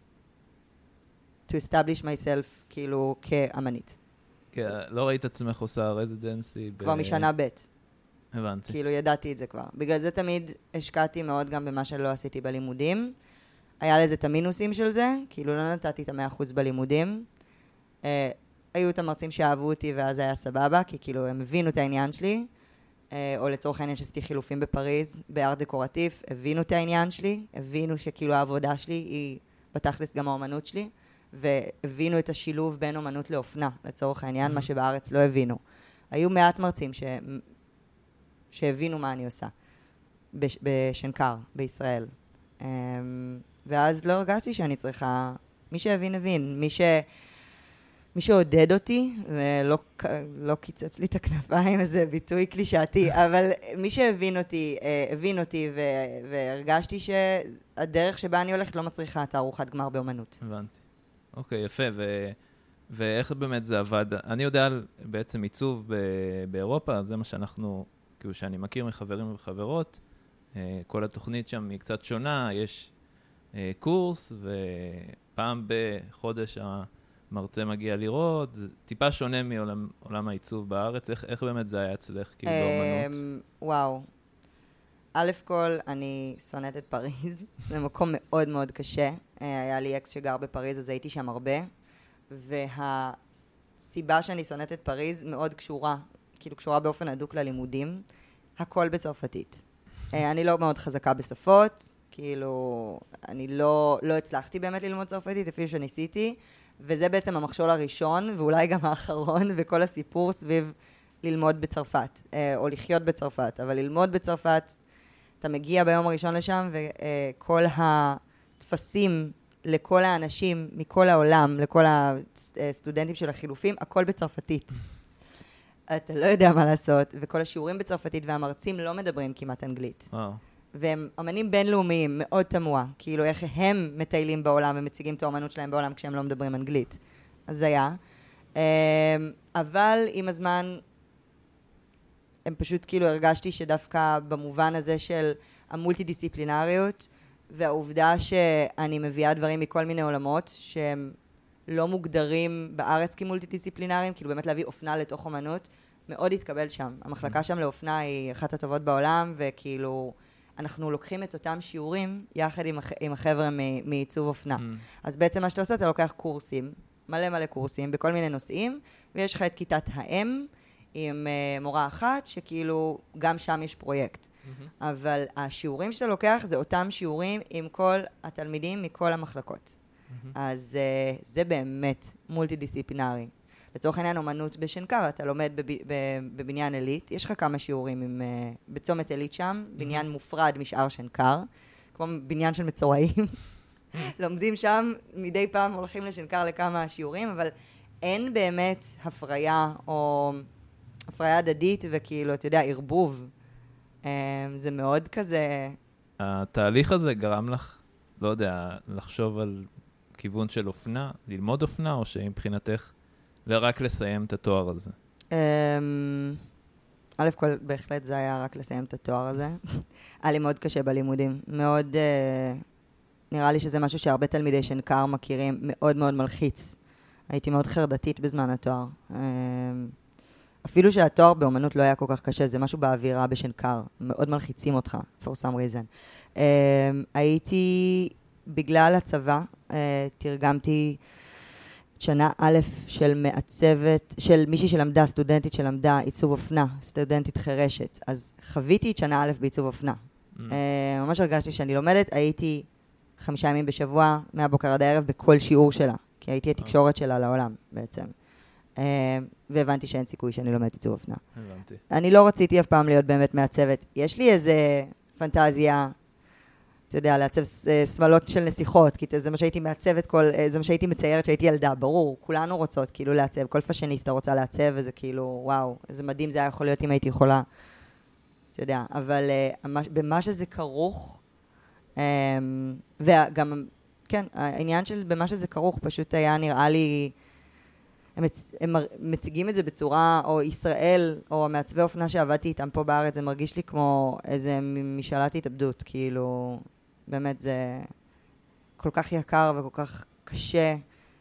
to establish myself כאילו כאמנית. כן, לא ראית עצמך עושה רזידנסי? כבר משנה ב'. הבנתי. כאילו ידעתי את זה כבר. בגלל זה תמיד השקעתי מאוד גם במה שלא עשיתי בלימודים. היה לזה את המינוסים של זה, כאילו לא נתתי את המאה אחוז בלימודים. אה, היו את המרצים שאהבו אותי ואז היה סבבה, כי כאילו הם הבינו את העניין שלי, אה, או לצורך העניין שעשיתי חילופים בפריז, בארט דקורטיף, הבינו את העניין שלי, הבינו שכאילו העבודה שלי היא בתכלס גם האומנות שלי, והבינו את השילוב בין אומנות לאופנה, לצורך העניין, mm-hmm. מה שבארץ לא הבינו. היו מעט מרצים ש... שהבינו מה אני עושה בש... בשנקר, בישראל. ואז לא הרגשתי שאני צריכה... מי שהבין, הבין. מי, ש... מי שעודד אותי, ולא לא קיצץ לי את הכנפיים, איזה ביטוי קלישאתי, אבל מי שהבין אותי, הבין אותי, ו... והרגשתי שהדרך שבה אני הולכת לא מצריכה תערוכת גמר באומנות. הבנתי. אוקיי, יפה, ו... ואיך באמת זה עבד? אני יודע על בעצם עיצוב ב... באירופה, זה מה שאנחנו כאילו שאני מכיר מחברים וחברות, כל התוכנית שם היא קצת שונה, יש קורס, ופעם בחודש המרצה מגיע לראות, זה טיפה שונה מעולם העיצוב בארץ, איך, איך באמת זה היה אצלך, כאילו באומנות? וואו. א' כל, אני שונאת את פריז, זה מקום מאוד מאוד קשה. היה לי אקס שגר בפריז, אז הייתי שם הרבה, והסיבה שאני שונאת את פריז מאוד קשורה, כאילו קשורה באופן הדוק ללימודים, הכל בצרפתית. אני לא מאוד חזקה בשפות, כאילו, אני לא, לא הצלחתי באמת ללמוד צרפתית, אפילו שניסיתי, וזה בעצם המכשול הראשון, ואולי גם האחרון, בכל הסיפור סביב ללמוד בצרפת, או לחיות בצרפת, אבל ללמוד בצרפת, אתה מגיע ביום הראשון לשם, וכל התפסים לכל האנשים מכל העולם, לכל הסטודנטים של החילופים, הכל בצרפתית. אתה לא יודע מה לעשות, וכל השיעורים בצרפתית והמרצים לא מדברים כמעט אנגלית. וואו. והם אמנים בינלאומיים, מאוד תמוה, כאילו איך הם מטיילים בעולם ומציגים את האמנות שלהם בעולם כשהם לא מדברים אנגלית. אז זה היה. אבל עם הזמן, הם פשוט כאילו הרגשתי שדווקא במובן הזה של המולטי-דיסציפלינריות, והעובדה שאני מביאה דברים מכל מיני עולמות, שהם לא מוגדרים בארץ כמולטי-דיסציפלינריים, כאילו באמת להביא אופנה לתוך אומנות, מאוד התקבל שם. המחלקה שם לאופנה היא אחת הטובות בעולם, וכאילו אנחנו לוקחים את אותם שיעורים יחד עם, הח... עם החבר'ה מ... מעיצוב אופנה. אז בעצם מה שאתה עושה, אתה לוקח קורסים, מלא מלא קורסים, בכל מיני נושאים, ויש לך את כיתת האם, עם uh, מורה אחת, שכאילו גם שם יש פרויקט. Mm-hmm. אבל השיעורים שאתה לוקח זה אותם שיעורים עם כל התלמידים מכל המחלקות. Mm-hmm. אז uh, זה באמת מולטי-דיסציפלינרי. לצורך העניין אומנות בשנקר, אתה לומד בב, בבניין עילית, יש לך כמה שיעורים עם, uh, בצומת עילית שם, mm-hmm. בניין מופרד משאר שנקר, כמו בניין של מצורעים. לומדים שם, מדי פעם הולכים לשנקר לכמה שיעורים, אבל אין באמת הפריה או הפריה הדדית וכאילו, אתה יודע, ערבוב. זה מאוד כזה... התהליך הזה גרם לך, לא יודע, לחשוב על כיוון של אופנה, ללמוד אופנה, או שמבחינתך רק לסיים את התואר הזה? א' כל, בהחלט זה היה רק לסיים את התואר הזה. היה לי מאוד קשה בלימודים. מאוד, נראה לי שזה משהו שהרבה תלמידי שנקר מכירים, מאוד מאוד מלחיץ. הייתי מאוד חרדתית בזמן התואר. אפילו שהתואר באומנות לא היה כל כך קשה, זה משהו באווירה בשנקר, מאוד מלחיצים אותך, for some reason. Uh, הייתי, בגלל הצבא, uh, תרגמתי שנה א' של מעצבת, של מישהי שלמדה, סטודנטית שלמדה עיצוב אופנה, סטודנטית חרשת, אז חוויתי את שנה א' בעיצוב אופנה. Mm. Uh, ממש הרגשתי שאני לומדת, הייתי חמישה ימים בשבוע, מהבוקר עד הערב, בכל שיעור שלה, כי הייתי התקשורת שלה לעולם בעצם. Uh, והבנתי שאין סיכוי שאני לומדת עיצוב אופנה. הבנתי. אני לא רציתי אף פעם להיות באמת מעצבת. יש לי איזה פנטזיה, אתה יודע, לעצב סמלות של נסיכות, כי זה מה שהייתי מעצבת, כל, זה מה שהייתי מציירת שהייתי ילדה, ברור, כולנו רוצות כאילו לעצב, כל פשניסטה רוצה לעצב, וזה כאילו, וואו, איזה מדהים זה היה יכול להיות אם הייתי יכולה, אתה יודע, אבל uh, במה שזה כרוך, um, וגם, כן, העניין של במה שזה כרוך פשוט היה נראה לי, הם, הם מציגים את זה בצורה, או ישראל, או מעצבי אופנה שעבדתי איתם פה בארץ, זה מרגיש לי כמו איזה משאלת התאבדות, כאילו, באמת זה כל כך יקר וכל כך קשה,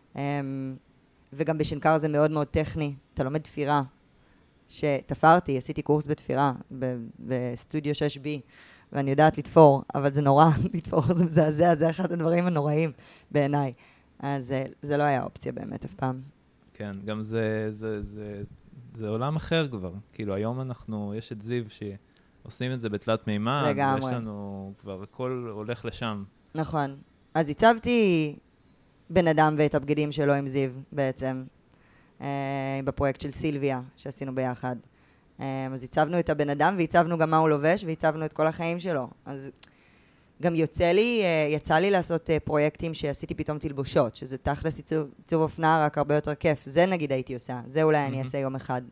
וגם בשנקר זה מאוד מאוד טכני, אתה לומד תפירה, שתפרתי, עשיתי קורס בתפירה, בסטודיו שש בי, ואני יודעת לתפור, אבל זה נורא, לתפור זה מזעזע, זה אחד הדברים הנוראים בעיניי, אז זה לא היה אופציה באמת אף פעם. כן, גם זה, זה, זה, זה עולם אחר כבר. כאילו, היום אנחנו, יש את זיו שעושים את זה בתלת מימד, לגמרי. ויש לנו כבר, הכל הולך לשם. נכון. אז הצבתי בן אדם ואת הבגדים שלו עם זיו בעצם, אה, בפרויקט של סילביה שעשינו ביחד. אה, אז הצבנו את הבן אדם והצבנו גם מה הוא לובש, והצבנו את כל החיים שלו. אז גם יוצא לי, יצא לי לעשות פרויקטים שעשיתי פתאום תלבושות, שזה תכלס עיצוב, עיצוב אופנה, רק הרבה יותר כיף. זה נגיד הייתי עושה, זה אולי אני אעשה יום אחד.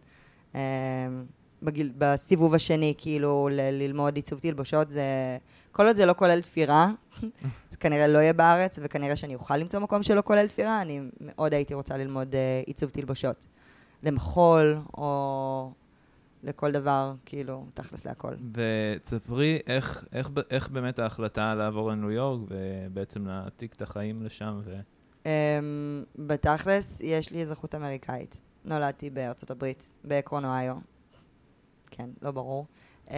בגיל, בסיבוב השני, כאילו, ל- ללמוד עיצוב תלבושות, זה, כל עוד זה לא כולל תפירה, זה כנראה לא יהיה בארץ, וכנראה שאני אוכל למצוא מקום שלא כולל תפירה, אני מאוד הייתי רוצה ללמוד עיצוב תלבושות. למחול, או לכל דבר, כאילו, תכלס להכל. ותספרי איך, איך, איך באמת ההחלטה לעבור לניו יורק, ובעצם להעתיק את החיים לשם, ו... Um, בתכלס, יש לי אזרחות אמריקאית. נולדתי בארצות הברית, באקרון אוהיו. כן, לא ברור. Um,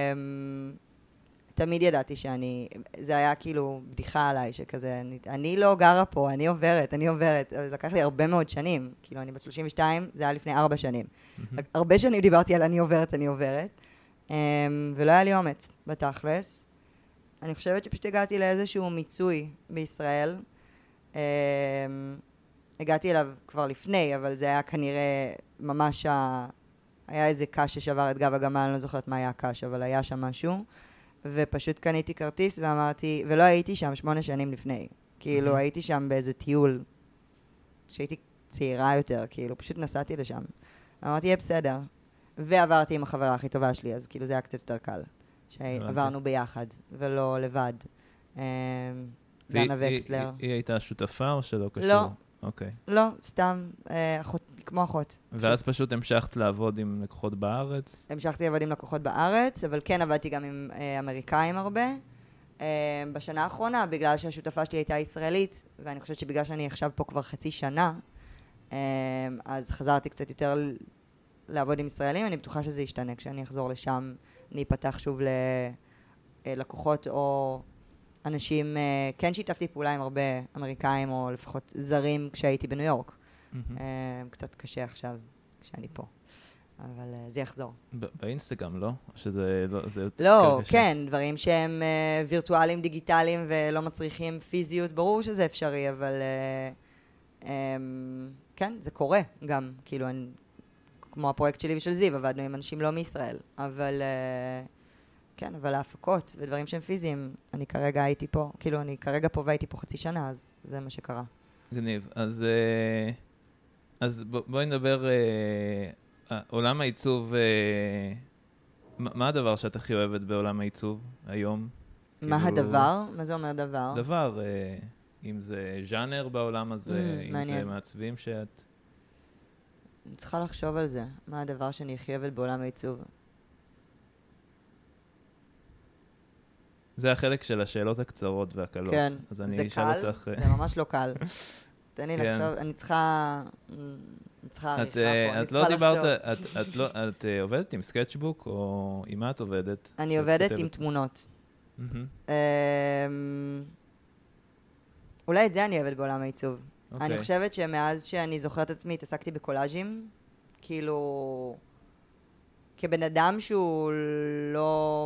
תמיד ידעתי שאני, זה היה כאילו בדיחה עליי, שכזה, אני, אני לא גרה פה, אני עוברת, אני עוברת. זה לקח לי הרבה מאוד שנים. כאילו, אני בת שלושים ושתיים, זה היה לפני ארבע שנים. Mm-hmm. הרבה שנים דיברתי על אני עוברת, אני עוברת. Um, ולא היה לי אומץ, בתכלס. אני חושבת שפשוט הגעתי לאיזשהו מיצוי בישראל. Um, הגעתי אליו כבר לפני, אבל זה היה כנראה ממש, ה... היה איזה קש ששבר את גב הגמל, אני לא זוכרת מה היה הקש, אבל היה שם משהו. ופשוט קניתי כרטיס ואמרתי, ולא הייתי שם שמונה שנים לפני. כאילו, mm-hmm. הייתי שם באיזה טיול, שהייתי צעירה יותר, כאילו, פשוט נסעתי לשם. אמרתי, יהיה בסדר. ועברתי עם החברה הכי טובה שלי, אז כאילו זה היה קצת יותר קל. שעברנו ביחד, ולא לבד. דנה וקסלר. היא הייתה שותפה או שלא קשור? לא. אוקיי. לא, סתם, כמו אחות. ואז פשוט המשכת לעבוד עם לקוחות בארץ? המשכתי לעבוד עם לקוחות בארץ, אבל כן עבדתי גם עם אמריקאים הרבה. בשנה האחרונה, בגלל שהשותפה שלי הייתה ישראלית, ואני חושבת שבגלל שאני עכשיו פה כבר חצי שנה, אז חזרתי קצת יותר לעבוד עם ישראלים. אני בטוחה שזה ישתנה. כשאני אחזור לשם, אני אפתח שוב ללקוחות או אנשים. כן שיתפתי פעולה עם הרבה אמריקאים, או לפחות זרים, כשהייתי בניו יורק. קצת קשה עכשיו, כשאני פה. אבל זה יחזור. באינסטגרם, לא? או שזה לא, זה יותר לא, קשה? כן, דברים שהם וירטואליים, דיגיטליים, ולא מצריכים פיזיות. ברור שזה אפשרי, אבל כן, זה קורה גם. כאילו, כמו הפרויקט שלי ושל זיו, עבדנו עם אנשים לא מישראל. אבל כן, אבל ההפקות ודברים שהם פיזיים, אני כרגע הייתי פה, כאילו, אני כרגע פה והייתי פה חצי שנה, אז זה מה שקרה. גניב. אז, אז בואי נדבר, עולם העיצוב, מה הדבר שאת הכי אוהבת בעולם העיצוב היום? מה הדבר? מה זה אומר דבר? דבר, אם זה ז'אנר בעולם הזה, אם זה מעצבים שאת... אני צריכה לחשוב על זה. מה הדבר שאני הכי אוהבת בעולם העיצוב? זה החלק של השאלות הקצרות והקלות. כן, זה קל, אותך... זה ממש לא קל. תן לי כן. לחשוב, אני צריכה... אני צריכה עריכה פה, אני צריכה לא לחשוב. את, את, לא, את עובדת עם סקצ'בוק, או עם מה את עובדת? אני עובדת עם תמונות. Mm-hmm. אולי את זה אני אוהבת בעולם העיצוב. Okay. אני חושבת שמאז שאני זוכרת עצמי, התעסקתי בקולאז'ים, כאילו, כבן אדם שהוא לא...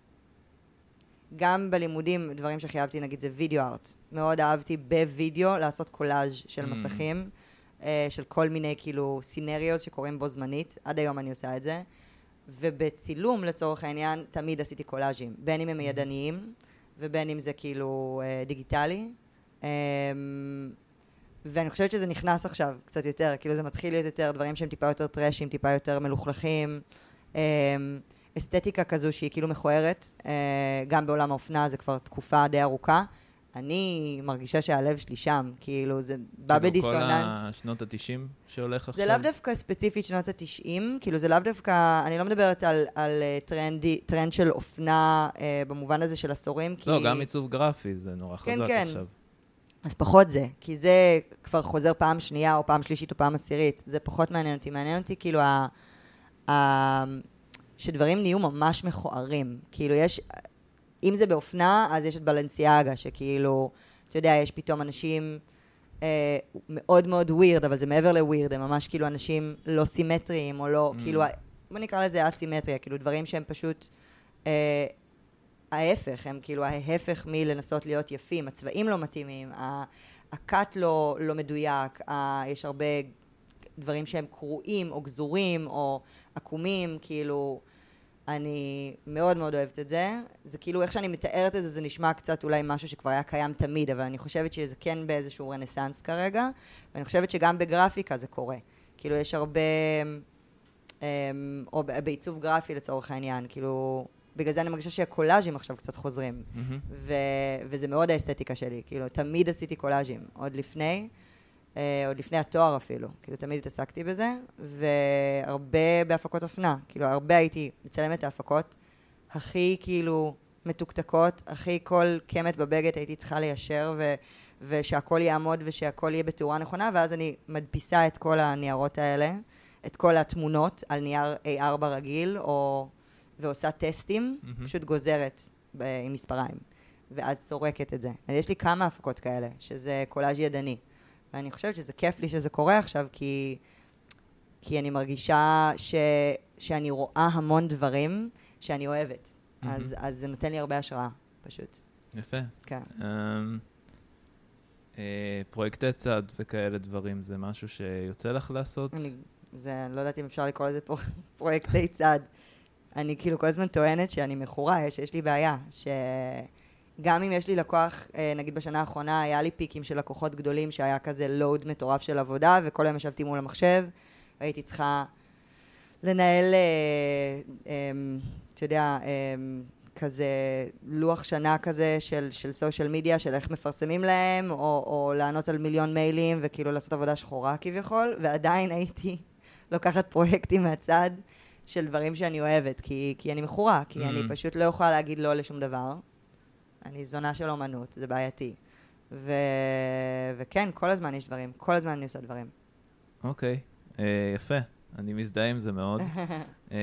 גם בלימודים, דברים שהכי אהבתי, נגיד, זה וידאו ארט. מאוד אהבתי בווידאו לעשות קולאז' של mm. מסכים, uh, של כל מיני, כאילו, סינריות שקורים בו זמנית. עד היום אני עושה את זה. ובצילום, לצורך העניין, תמיד עשיתי קולאז'ים. בין אם הם ידניים, ובין אם זה, כאילו, uh, דיגיטלי. Um, ואני חושבת שזה נכנס עכשיו קצת יותר, כאילו זה מתחיל להיות יותר דברים שהם טיפה יותר טרשים, טיפה יותר מלוכלכים, אסתטיקה כזו שהיא כאילו מכוערת, גם בעולם האופנה זה כבר תקופה די ארוכה. אני מרגישה שהלב שלי שם, כאילו זה בא בדיסוננס. כל השנות ה-תשעים שהולך עכשיו? זה לאו דווקא ספציפית שנות ה-תשעים, כאילו זה לאו דווקא, אני לא מדברת על, על טרנד, טרנד של אופנה במובן הזה של עשורים, כי... לא, גם עיצוב גרפי זה נורא חזק כן, כן. עכשיו. אז פחות זה, כי זה כבר חוזר פעם שנייה או פעם שלישית או פעם עשירית. זה פחות מעניין אותי. מעניין אותי כאילו ה... ה... שדברים נהיו ממש מכוערים. כאילו יש... אם זה באופנה, אז יש את בלנסיאגה, שכאילו, אתה יודע, יש פתאום אנשים אה, מאוד מאוד ווירד, אבל זה מעבר לווירד, הם ממש כאילו אנשים לא סימטריים, או לא, mm. כאילו, בוא נקרא לזה אסימטריה, כאילו דברים שהם פשוט... אה, ההפך, הם כאילו ההפך מלנסות להיות יפים, הצבעים לא מתאימים, הקאט לא, לא מדויק, יש הרבה דברים שהם קרועים או גזורים או עקומים, כאילו אני מאוד מאוד אוהבת את זה. זה כאילו איך שאני מתארת את זה, זה נשמע קצת אולי משהו שכבר היה קיים תמיד, אבל אני חושבת שזה כן באיזשהו רנסנס כרגע, ואני חושבת שגם בגרפיקה זה קורה. כאילו יש הרבה, או בעיצוב גרפי לצורך העניין, כאילו... בגלל זה אני מרגישה שהקולאז'ים עכשיו קצת חוזרים. Mm-hmm. ו- וזה מאוד האסתטיקה שלי. כאילו, תמיד עשיתי קולאז'ים, עוד לפני. עוד לפני התואר אפילו, כאילו תמיד התעסקתי בזה, והרבה בהפקות אופנה, כאילו הרבה הייתי מצלמת את ההפקות, הכי כאילו מתוקתקות, הכי כל קמת בבגט הייתי צריכה ליישר, ו, ושהכל יעמוד ושהכל יהיה בתאורה נכונה, ואז אני מדפיסה את כל הניירות האלה, את כל התמונות על נייר איי ארבע רגיל, או, ועושה טסטים, mm-hmm. פשוט גוזרת ב, עם מספריים, ואז סורקת את זה. אז יש לי כמה הפקות כאלה, שזה קולאז' ידני. ואני חושבת שזה כיף לי שזה קורה עכשיו, כי, כי אני מרגישה ש, שאני רואה המון דברים שאני אוהבת. Mm-hmm. אז, אז זה נותן לי הרבה השראה, פשוט. יפה. כן. Um, uh, פרויקטי צד וכאלה דברים, זה משהו שיוצא לך לעשות? אני, זה, לא יודעת אם אפשר לקרוא לזה פרו, פרויקטי צד. אני כאילו כל הזמן טוענת שאני מכורה, שיש לי בעיה, ש... גם אם יש לי לקוח, נגיד בשנה האחרונה, היה לי פיקים של לקוחות גדולים, שהיה כזה לואוד מטורף של עבודה, וכל היום ישבתי מול המחשב, והייתי צריכה לנהל, אתה יודע, כזה לוח שנה כזה של, של סושיאל מדיה, של איך מפרסמים להם, או, או לענות על מיליון מיילים, וכאילו לעשות עבודה שחורה כביכול, ועדיין הייתי לוקחת פרויקטים מהצד של דברים שאני אוהבת, כי, כי אני מכורה, כי mm. אני פשוט לא יכולה להגיד לא לשום דבר. אני זונה של אומנות, זה בעייתי. ו... וכן, כל הזמן יש דברים, כל הזמן אני עושה דברים. אוקיי, אה, יפה. אני מזדהה עם זה מאוד. אה,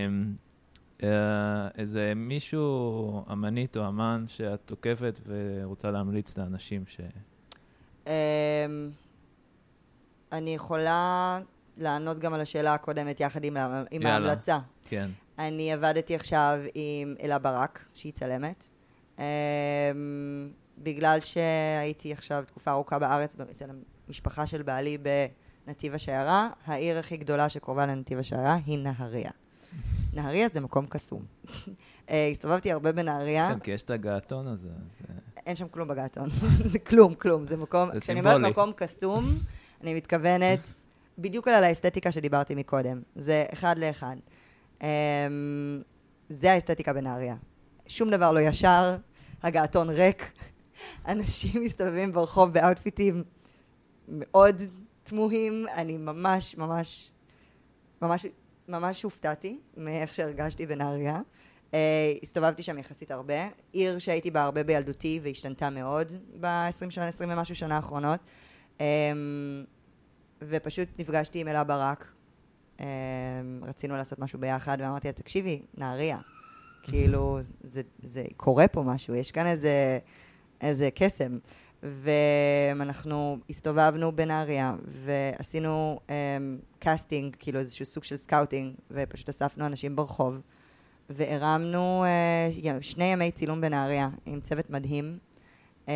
אה, איזה מישהו אמנית או אמן שאת תוקפת ורוצה להמליץ לאנשים ש... אה, אני יכולה לענות גם על השאלה הקודמת יחד עם, עם ההמלצה. כן. אני עבדתי עכשיו עם אלה ברק, שהיא צלמת. Um, בגלל שהייתי עכשיו תקופה ארוכה בארץ אצל המשפחה של בעלי בנתיב השיירה, העיר הכי גדולה שקרובה לנתיב השיירה היא נהריה. נהריה זה מקום קסום. uh, הסתובבתי הרבה בנהריה. כן, כי יש את הגעתון הזה. אז... אין שם כלום בגעתון. זה כלום, כלום. זה מקום, זה כשאני סימבולי. אומרת מקום קסום, אני מתכוונת בדיוק על האסתטיקה שדיברתי מקודם. זה אחד לאחד. Um, זה האסתטיקה בנהריה. שום דבר לא ישר, הגעתון ריק, אנשים מסתובבים ברחוב באוטפיטים מאוד תמוהים, אני ממש, ממש, ממש, ממש הופתעתי מאיך שהרגשתי בנהריה. Uh, הסתובבתי שם יחסית הרבה, עיר שהייתי בה הרבה בילדותי והשתנתה מאוד ב-עשרים שנה, עשרים ומשהו שנה האחרונות, um, ופשוט נפגשתי עם אלה ברק, um, רצינו לעשות משהו ביחד, ואמרתי לה, תקשיבי, נהריה. כאילו, זה, זה קורה פה משהו, יש כאן איזה, איזה קסם. ואנחנו הסתובבנו בנהריה, ועשינו um, קאסטינג, כאילו איזשהו סוג של סקאוטינג, ופשוט אספנו אנשים ברחוב, והרמנו uh, שני ימי צילום בנהריה, עם צוות מדהים. Um,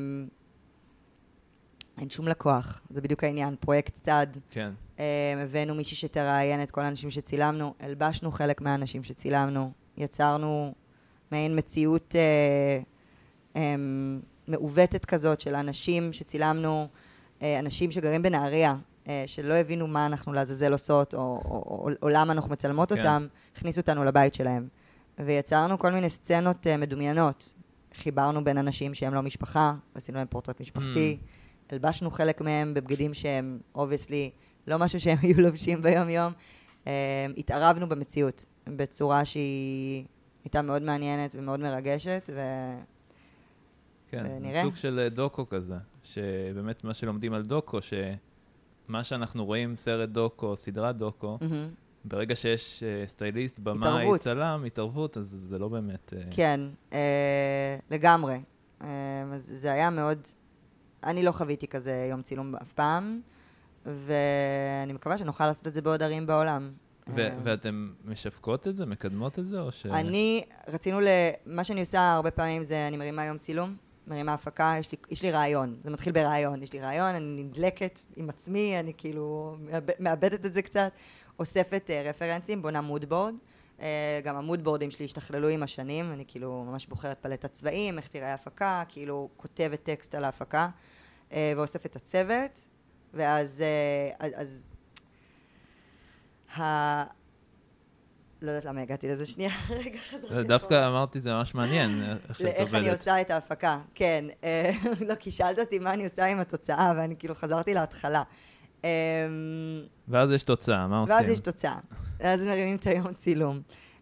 אין שום לקוח, זה בדיוק העניין, פרויקט צד. כן. Um, הבאנו מישהי שתראיין את כל האנשים שצילמנו, הלבשנו חלק מהאנשים שצילמנו, יצרנו מעין מציאות אה, אה, מעוותת כזאת של אנשים שצילמנו, אה, אנשים שגרים בנהריה, אה, שלא הבינו מה אנחנו לעזאזל עושות, או, או, או, או למה אנחנו מצלמות כן. אותם, הכניסו אותנו לבית שלהם. ויצרנו כל מיני סצנות אה, מדומיינות. חיברנו בין אנשים שהם לא משפחה, עשינו להם פורטרט משפחתי, mm. הלבשנו חלק מהם בבגדים שהם, obviously, לא משהו שהם היו לובשים ביום יום. אה, התערבנו במציאות. בצורה שהיא הייתה מאוד מעניינת ומאוד מרגשת, ו... כן, ונראה. סוג של דוקו כזה, שבאמת מה שלומדים על דוקו, שמה שאנחנו רואים, סרט דוקו, סדרת דוקו, mm-hmm. ברגע שיש uh, סטייליסט, במאי, צלם, התערבות, אז זה לא באמת... Uh... כן, אה, לגמרי. אה, אז זה היה מאוד... אני לא חוויתי כזה יום צילום אף פעם, ואני מקווה שנוכל לעשות את זה בעוד ערים בעולם. ו- ואתם משווקות את זה? מקדמות את זה? או ש... אני, רצינו ל... מה שאני עושה הרבה פעמים זה, אני מרימה יום צילום, מרימה הפקה, יש לי, יש לי רעיון, זה מתחיל ברעיון, יש לי רעיון, אני נדלקת עם עצמי, אני כאילו מאבדת את זה קצת, אוספת uh, רפרנסים, בונה מודבורד, uh, גם המודבורדים שלי השתכללו עם השנים, אני כאילו ממש בוחרת פלטת צבעים, איך תראה הפקה, כאילו כותבת טקסט על ההפקה, uh, ואוספת את הצוות, ואז... Uh, אז, לא יודעת למה הגעתי לזה שנייה, רגע חזרתי. דווקא אמרתי, זה ממש מעניין, איך שאת עובדת. איך אני עושה את ההפקה, כן. לא, כי שאלת אותי מה אני עושה עם התוצאה, ואני כאילו חזרתי להתחלה. ואז יש תוצאה, מה עושים? ואז יש תוצאה. אז מרימים את היום צילום.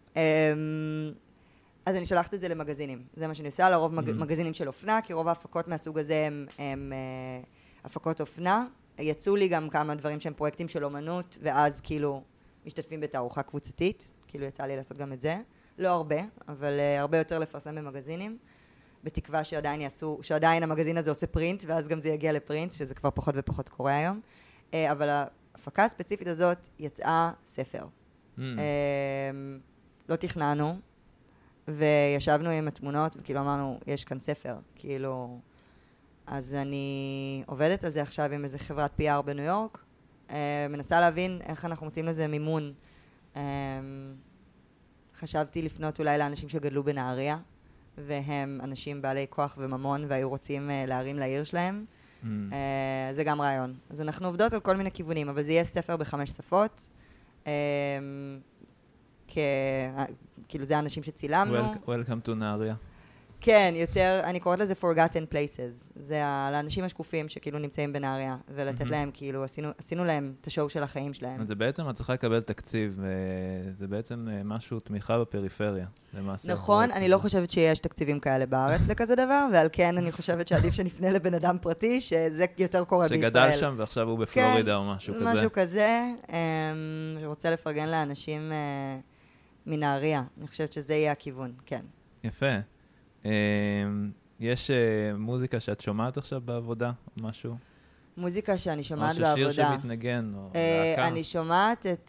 אז אני שולחת את זה למגזינים. זה מה שאני עושה, לרוב מגזינים של אופנה, כי רוב ההפקות מהסוג הזה הם הפקות אופנה. יצאו לי גם כמה דברים שהם פרויקטים של אומנות, ואז כאילו משתתפים בתערוכה קבוצתית. כאילו יצא לי לעשות גם את זה. לא הרבה, אבל הרבה יותר לפרסם במגזינים. בתקווה שעדיין יעשו, שעדיין המגזין הזה עושה פרינט, ואז גם זה יגיע לפרינט, שזה כבר פחות ופחות קורה היום. אבל ההפקה הספציפית הזאת יצאה ספר. Mm. לא תכננו, וישבנו עם התמונות, וכאילו אמרנו, יש כאן ספר, כאילו... אז אני עובדת על זה עכשיו עם איזה חברת פי אר בניו יורק, מנסה להבין איך אנחנו מוצאים לזה מימון. חשבתי לפנות אולי לאנשים שגדלו בנהריה, והם אנשים בעלי כוח וממון, והיו רוצים להרים לעיר שלהם. Mm. זה גם רעיון. אז אנחנו עובדות על כל מיני כיוונים, אבל זה יהיה ספר בחמש שפות. כאילו זה האנשים שצילמנו. Welcome to נהריה. כן, יותר, אני קוראת לזה forgotten places. זה לאנשים השקופים שכאילו נמצאים בנהריה, ולתת להם, כאילו, עשינו, עשינו להם את השואו של החיים שלהם. זה בעצם, את צריכה לקבל תקציב, זה בעצם משהו, תמיכה בפריפריה, למעשה. נכון, אני לא חושבת שיש תקציבים כאלה בארץ לכזה דבר, ועל כן אני חושבת שעדיף שנפנה לבן אדם פרטי, שזה יותר קורה בישראל. שגדל שם ועכשיו הוא בפלורידה או משהו כזה. משהו כזה, שרוצה לפרגן לאנשים מנהריה. אני חושבת שזה יהיה הכיוון, כן. יפה. יש מוזיקה שאת שומעת עכשיו בעבודה או משהו? מוזיקה שאני שומעת בעבודה. או ששיר שמתנגן או להקה? אני שומעת את...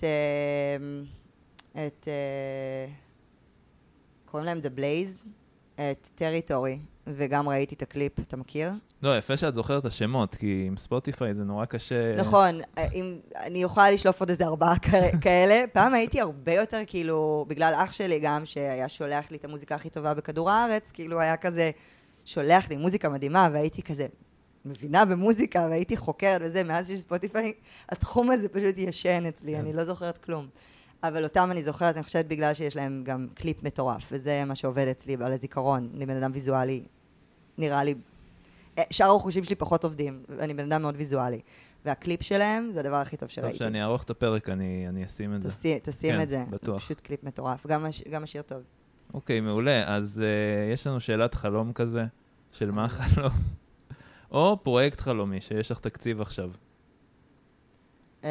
את... קוראים להם The Blaze, את Territory, וגם ראיתי את הקליפ, אתה מכיר? לא, יפה שאת זוכרת את השמות, כי עם ספוטיפיי זה נורא קשה... נכון, אני יכולה לשלוף עוד איזה ארבעה כאלה. פעם הייתי הרבה יותר, כאילו, בגלל אח שלי גם, שהיה שולח לי את המוזיקה הכי טובה בכדור הארץ, כאילו היה כזה, שולח לי מוזיקה מדהימה, והייתי כזה מבינה במוזיקה, והייתי חוקרת וזה, מאז שיש ספוטיפיי, התחום הזה פשוט ישן אצלי, אני לא זוכרת כלום. אבל אותם אני זוכרת, אני חושבת בגלל שיש להם גם קליפ מטורף, וזה מה שעובד אצלי על הזיכרון, אני בן אדם ויזואלי, נראה לי, שאר החושים שלי פחות עובדים, אני בן אדם מאוד ויזואלי, והקליפ שלהם זה הדבר הכי טוב שראיתי. טוב, שאני אערוך את הפרק, אני, אני אשים את זה. תשים, תשים כן, את זה, בטוח. פשוט קליפ מטורף, גם, הש, גם השיר טוב. אוקיי, מעולה, אז uh, יש לנו שאלת חלום כזה, של מה חלום, או פרויקט חלומי, שיש לך תקציב עכשיו. Um,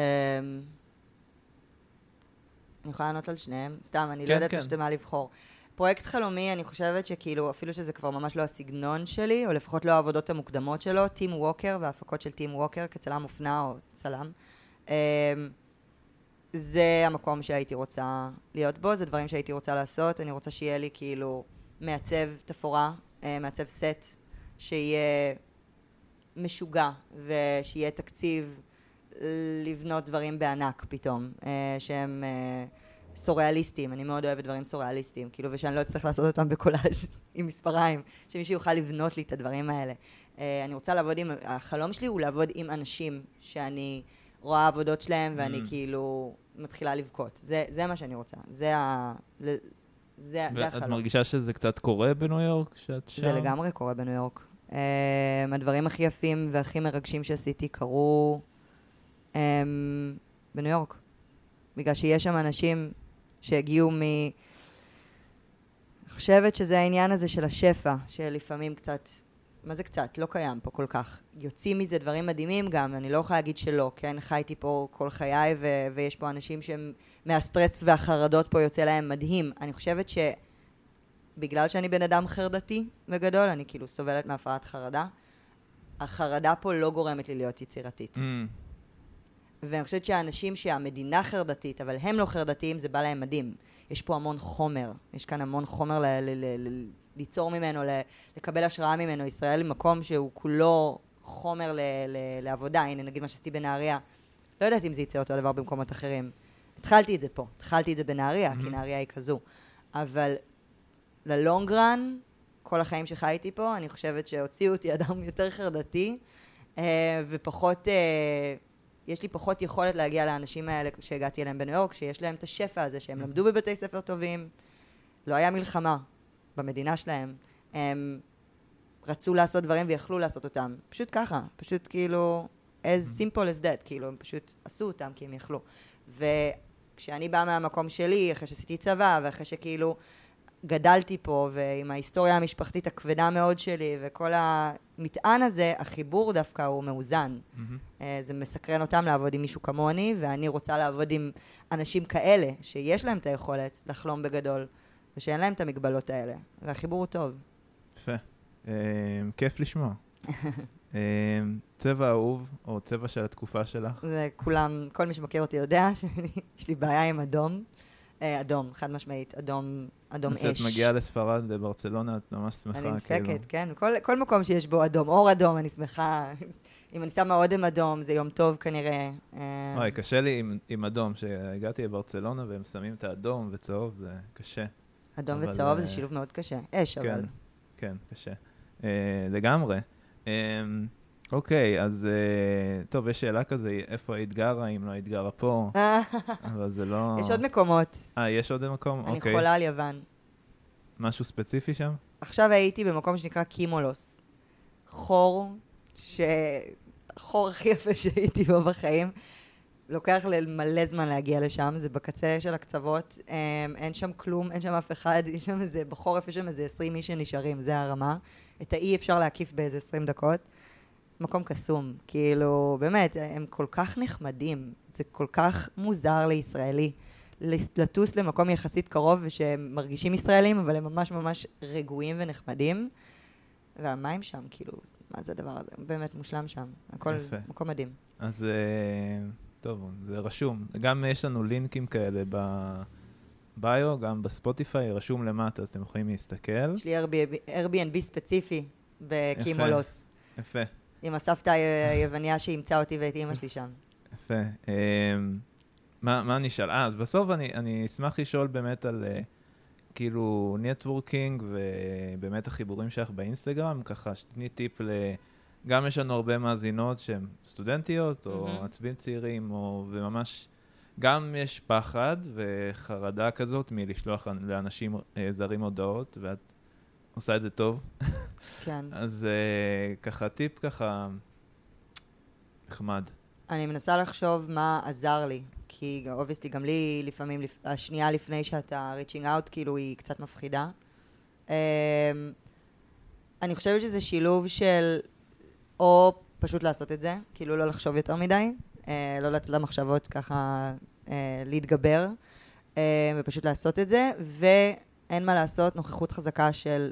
אני יכולה לענות על שניהם, סתם, אני כן, לא יודעת כן. פשוט מה לבחור. פרויקט חלומי, אני חושבת שכאילו, אפילו שזה כבר ממש לא הסגנון שלי, או לפחות לא העבודות המוקדמות שלו, טים ווקר וההפקות של טים ווקר, כצלם אופנה או צלם, זה המקום שהייתי רוצה להיות בו, זה דברים שהייתי רוצה לעשות, אני רוצה שיהיה לי כאילו מעצב תפורה, מעצב סט, שיהיה משוגע, ושיהיה תקציב לבנות דברים בענק פתאום, שהם... סוריאליסטים, אני מאוד אוהבת דברים סוריאליסטיים, כאילו, ושאני לא אצטרך לעשות אותם בקולאז' עם מספריים, שמישהו יוכל לבנות לי את הדברים האלה. אני רוצה לעבוד עם, החלום שלי הוא לעבוד עם אנשים שאני רואה עבודות שלהם, ואני כאילו מתחילה לבכות. זה, זה מה שאני רוצה. זה ה... זה, זה החלום. ואת מרגישה שזה קצת קורה בניו יורק? שאת שם? זה לגמרי קורה בניו יורק. הדברים הכי יפים והכי מרגשים שעשיתי קרו בניו יורק. בגלל שיש שם אנשים שהגיעו מ... אני חושבת שזה העניין הזה של השפע, שלפעמים קצת, מה זה קצת? לא קיים פה כל כך. יוצאים מזה דברים מדהימים גם, אני לא יכולה להגיד שלא, כן? חייתי פה כל חיי, ו- ויש פה אנשים שהם מהסטרס והחרדות פה יוצא להם מדהים. אני חושבת שבגלל שאני בן אדם חרדתי בגדול, אני כאילו סובלת מהפרעת חרדה, החרדה פה לא גורמת לי להיות יצירתית. Mm. ואני חושבת שהאנשים שהמדינה חרדתית, אבל הם לא חרדתיים, זה בא להם מדהים. יש פה המון חומר, יש כאן המון חומר ל- ל- ל- ל- ליצור ממנו, ל- לקבל השראה ממנו. ישראל היא מקום שהוא כולו חומר ל- ל- לעבודה. הנה, נגיד מה שעשיתי בנהריה, לא יודעת אם זה יצא אותו הדבר במקומות אחרים. התחלתי את זה פה, התחלתי את זה בנהריה, mm-hmm. כי נהריה היא כזו. אבל ללונגרן, כל החיים שחייתי פה, אני חושבת שהוציאו אותי אדם יותר חרדתי, ופחות... יש לי פחות יכולת להגיע לאנשים האלה שהגעתי אליהם בניו יורק, שיש להם את השפע הזה, שהם למדו בבתי ספר טובים, לא היה מלחמה במדינה שלהם, הם רצו לעשות דברים ויכלו לעשות אותם, פשוט ככה, פשוט כאילו, as simple as that, כאילו, הם פשוט עשו אותם כי הם יכלו. וכשאני באה מהמקום שלי, אחרי שעשיתי צבא, ואחרי שכאילו גדלתי פה, ועם ההיסטוריה המשפחתית הכבדה מאוד שלי, וכל המטען הזה, החיבור דווקא הוא מאוזן. Mm-hmm. זה מסקרן אותם לעבוד עם מישהו כמוני, ואני רוצה לעבוד עם אנשים כאלה, שיש להם את היכולת לחלום בגדול, ושאין להם את המגבלות האלה. והחיבור הוא טוב. יפה. כיף לשמוע. צבע אהוב, או צבע של התקופה שלך? זה כולם, כל מי שמכיר אותי יודע שיש לי בעיה עם אדום. אדום, חד משמעית, אדום, אדום אש. אז את מגיעה לספרד, לברצלונה, את ממש שמחה. אני נפקת, כן. כל מקום שיש בו אדום, אור אדום, אני שמחה. אם אני שמה אודם אדום, זה יום טוב כנראה. אוי, קשה לי עם אדום, שהגעתי לברצלונה והם שמים את האדום וצהוב, זה קשה. אדום וצהוב זה שילוב מאוד קשה. אש, אבל. כן, קשה. לגמרי. אוקיי, אז טוב, יש שאלה כזה, איפה היית גרה, אם לא היית גרה פה, אבל זה לא... יש עוד מקומות. אה, יש עוד מקום? אני חולה על יוון. משהו ספציפי שם? עכשיו הייתי במקום שנקרא קימולוס. חור, ש... חור הכי יפה שהייתי בו בחיים. לוקח מלא זמן להגיע לשם, זה בקצה של הקצוות, אין שם כלום, אין שם אף אחד, יש שם איזה, בחורף יש שם איזה עשרים איש שנשארים, זה הרמה. את האי אפשר להקיף באיזה עשרים דקות. מקום קסום, כאילו, באמת, הם כל כך נחמדים, זה כל כך מוזר לישראלי, לטוס למקום יחסית קרוב ושהם מרגישים ישראלים, אבל הם ממש ממש רגועים ונחמדים, והמים שם, כאילו, מה זה הדבר הזה? באמת מושלם שם, הכל יפה. מקום מדהים. אז, טוב, זה רשום. גם יש לנו לינקים כאלה בביו, גם בספוטיפיי, רשום למטה, אז אתם יכולים להסתכל. יש לי Airbnb ספציפי בקימולוס. יפה. עם הסבתא היווניה שהמצא אותי ואת אמא שלי שם. יפה. מה, מה נשאל? אה, אז בסוף אני, אני אשמח לשאול באמת על כאילו נטוורקינג ובאמת החיבורים שלך באינסטגרם, ככה שתני טיפ ל... גם יש לנו הרבה מאזינות שהן סטודנטיות או עצבים צעירים, או, וממש גם יש פחד וחרדה כזאת מלשלוח לאנשים זרים הודעות, ואת עושה את זה טוב. כן. אז uh, ככה טיפ ככה נחמד. אני מנסה לחשוב מה עזר לי, כי obviously גם לי לפעמים, לפ... השנייה לפני שאתה reaching out, כאילו היא קצת מפחידה. Um, אני חושבת שזה שילוב של או פשוט לעשות את זה, כאילו לא לחשוב יותר מדי, uh, לא לתת למחשבות ככה uh, להתגבר, uh, ופשוט לעשות את זה, ואין מה לעשות, נוכחות חזקה של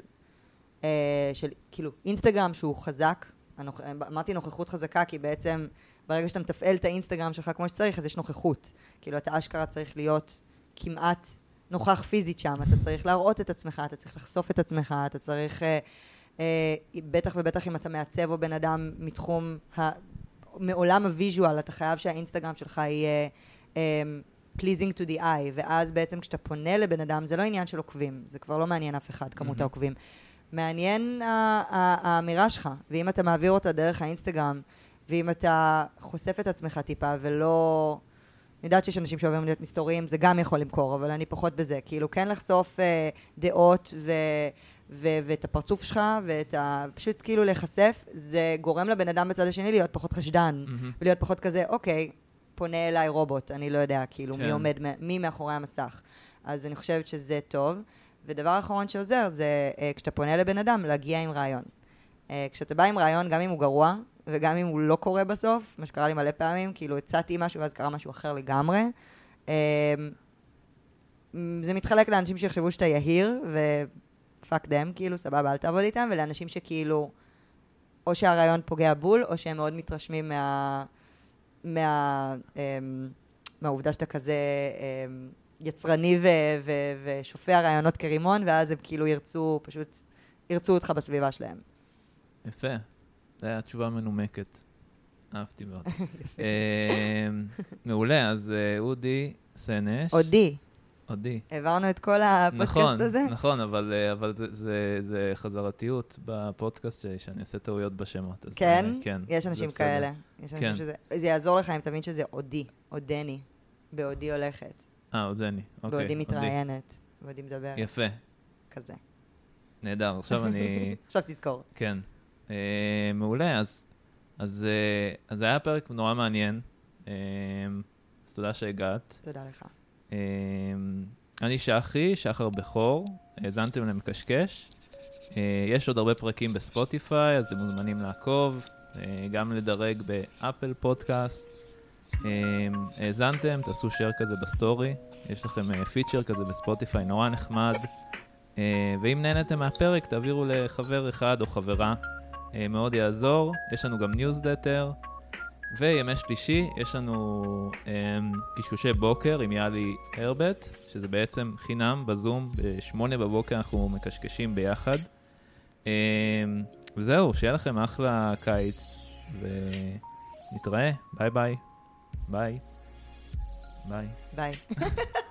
של כאילו אינסטגרם שהוא חזק, אמרתי נוכחות חזקה כי בעצם ברגע שאתה מתפעל את האינסטגרם שלך כמו שצריך, אז יש נוכחות, כאילו אתה אשכרה צריך להיות כמעט נוכח פיזית שם, אתה צריך להראות את עצמך, אתה צריך לחשוף את עצמך, אתה צריך אה, אה, בטח ובטח אם אתה מעצב או בן אדם מתחום ה, מעולם הוויז'ואל, אתה חייב שהאינסטגרם שלך יהיה אה, pleasing to the eye, ואז בעצם כשאתה פונה לבן אדם, זה לא עניין של עוקבים, זה כבר לא מעניין אף אחד, כמות העוקבים. מעניין האמירה שלך, ואם אתה מעביר אותה דרך האינסטגרם, ואם אתה חושף את עצמך טיפה, ולא... אני יודעת שיש אנשים שאוהבים להיות מסתוריים, זה גם יכול למכור, אבל אני פחות בזה. כאילו, כן לחשוף אה, דעות ו... ו- ואת הפרצוף שלך, ואת ה... פשוט כאילו להיחשף, זה גורם לבן אדם בצד השני להיות פחות חשדן, mm-hmm. ולהיות פחות כזה, אוקיי, פונה אליי רובוט, אני לא יודע, כאילו, כן. מי עומד, מי מאחורי המסך. אז אני חושבת שזה טוב. ודבר האחרון שעוזר זה uh, כשאתה פונה לבן אדם, להגיע עם רעיון. Uh, כשאתה בא עם רעיון, גם אם הוא גרוע, וגם אם הוא לא קורה בסוף, מה שקרה לי מלא פעמים, כאילו הצעתי משהו ואז קרה משהו אחר לגמרי, uh, זה מתחלק לאנשים שיחשבו שאתה יהיר, ופאק דם, כאילו, סבבה, אל תעבוד איתם, ולאנשים שכאילו, או שהרעיון פוגע בול, או שהם מאוד מתרשמים מה... מה... Um, מהעובדה שאתה כזה... Um, יצרני ו- ו- ושופע רעיונות כרימון, ואז הם כאילו ירצו, פשוט ירצו אותך בסביבה שלהם. יפה. זו הייתה תשובה מנומקת. אהבתי מאוד. מעולה, אז אודי סנש. אודי. עודי. העברנו את כל הפודקאסט נכון, הזה? נכון, אבל, אבל זה, זה, זה חזרתיות בפודקאסט שלי, שאני עושה טעויות בשמות. אז כן? זה, כן? יש אנשים כאלה. יש אנשים כן. שזה... זה יעזור לך אם תבין שזה עודי, עודני. בעודי הולכת. אה, עודני. אוקיי. בעודי מתראיינת. בעודי מדברת. יפה. כזה. נהדר. עכשיו אני... עכשיו תזכור. כן. אה, מעולה. אז, אז, אה, אז זה היה פרק נורא מעניין. אה, אז תודה שהגעת. תודה לך. אה, אני שחי, שחר בכור. האזנתם למקשקש. אה, יש עוד הרבה פרקים בספוטיפיי, אז אתם מוזמנים לעקוב. אה, גם לדרג באפל פודקאסט. האזנתם, תעשו שייר כזה בסטורי, יש לכם פיצ'ר כזה בספוטיפיי, נורא נחמד, ואם נהנתם מהפרק, תעבירו לחבר אחד או חברה, מאוד יעזור. יש לנו גם ניוזלטר, וימי שלישי, יש לנו קשקושי בוקר עם יאלי הרבט, שזה בעצם חינם בזום, בשמונה בבוקר אנחנו מקשקשים ביחד. וזהו, שיהיה לכם אחלה קיץ, ונתראה, ביי ביי. ביי. ביי. ביי.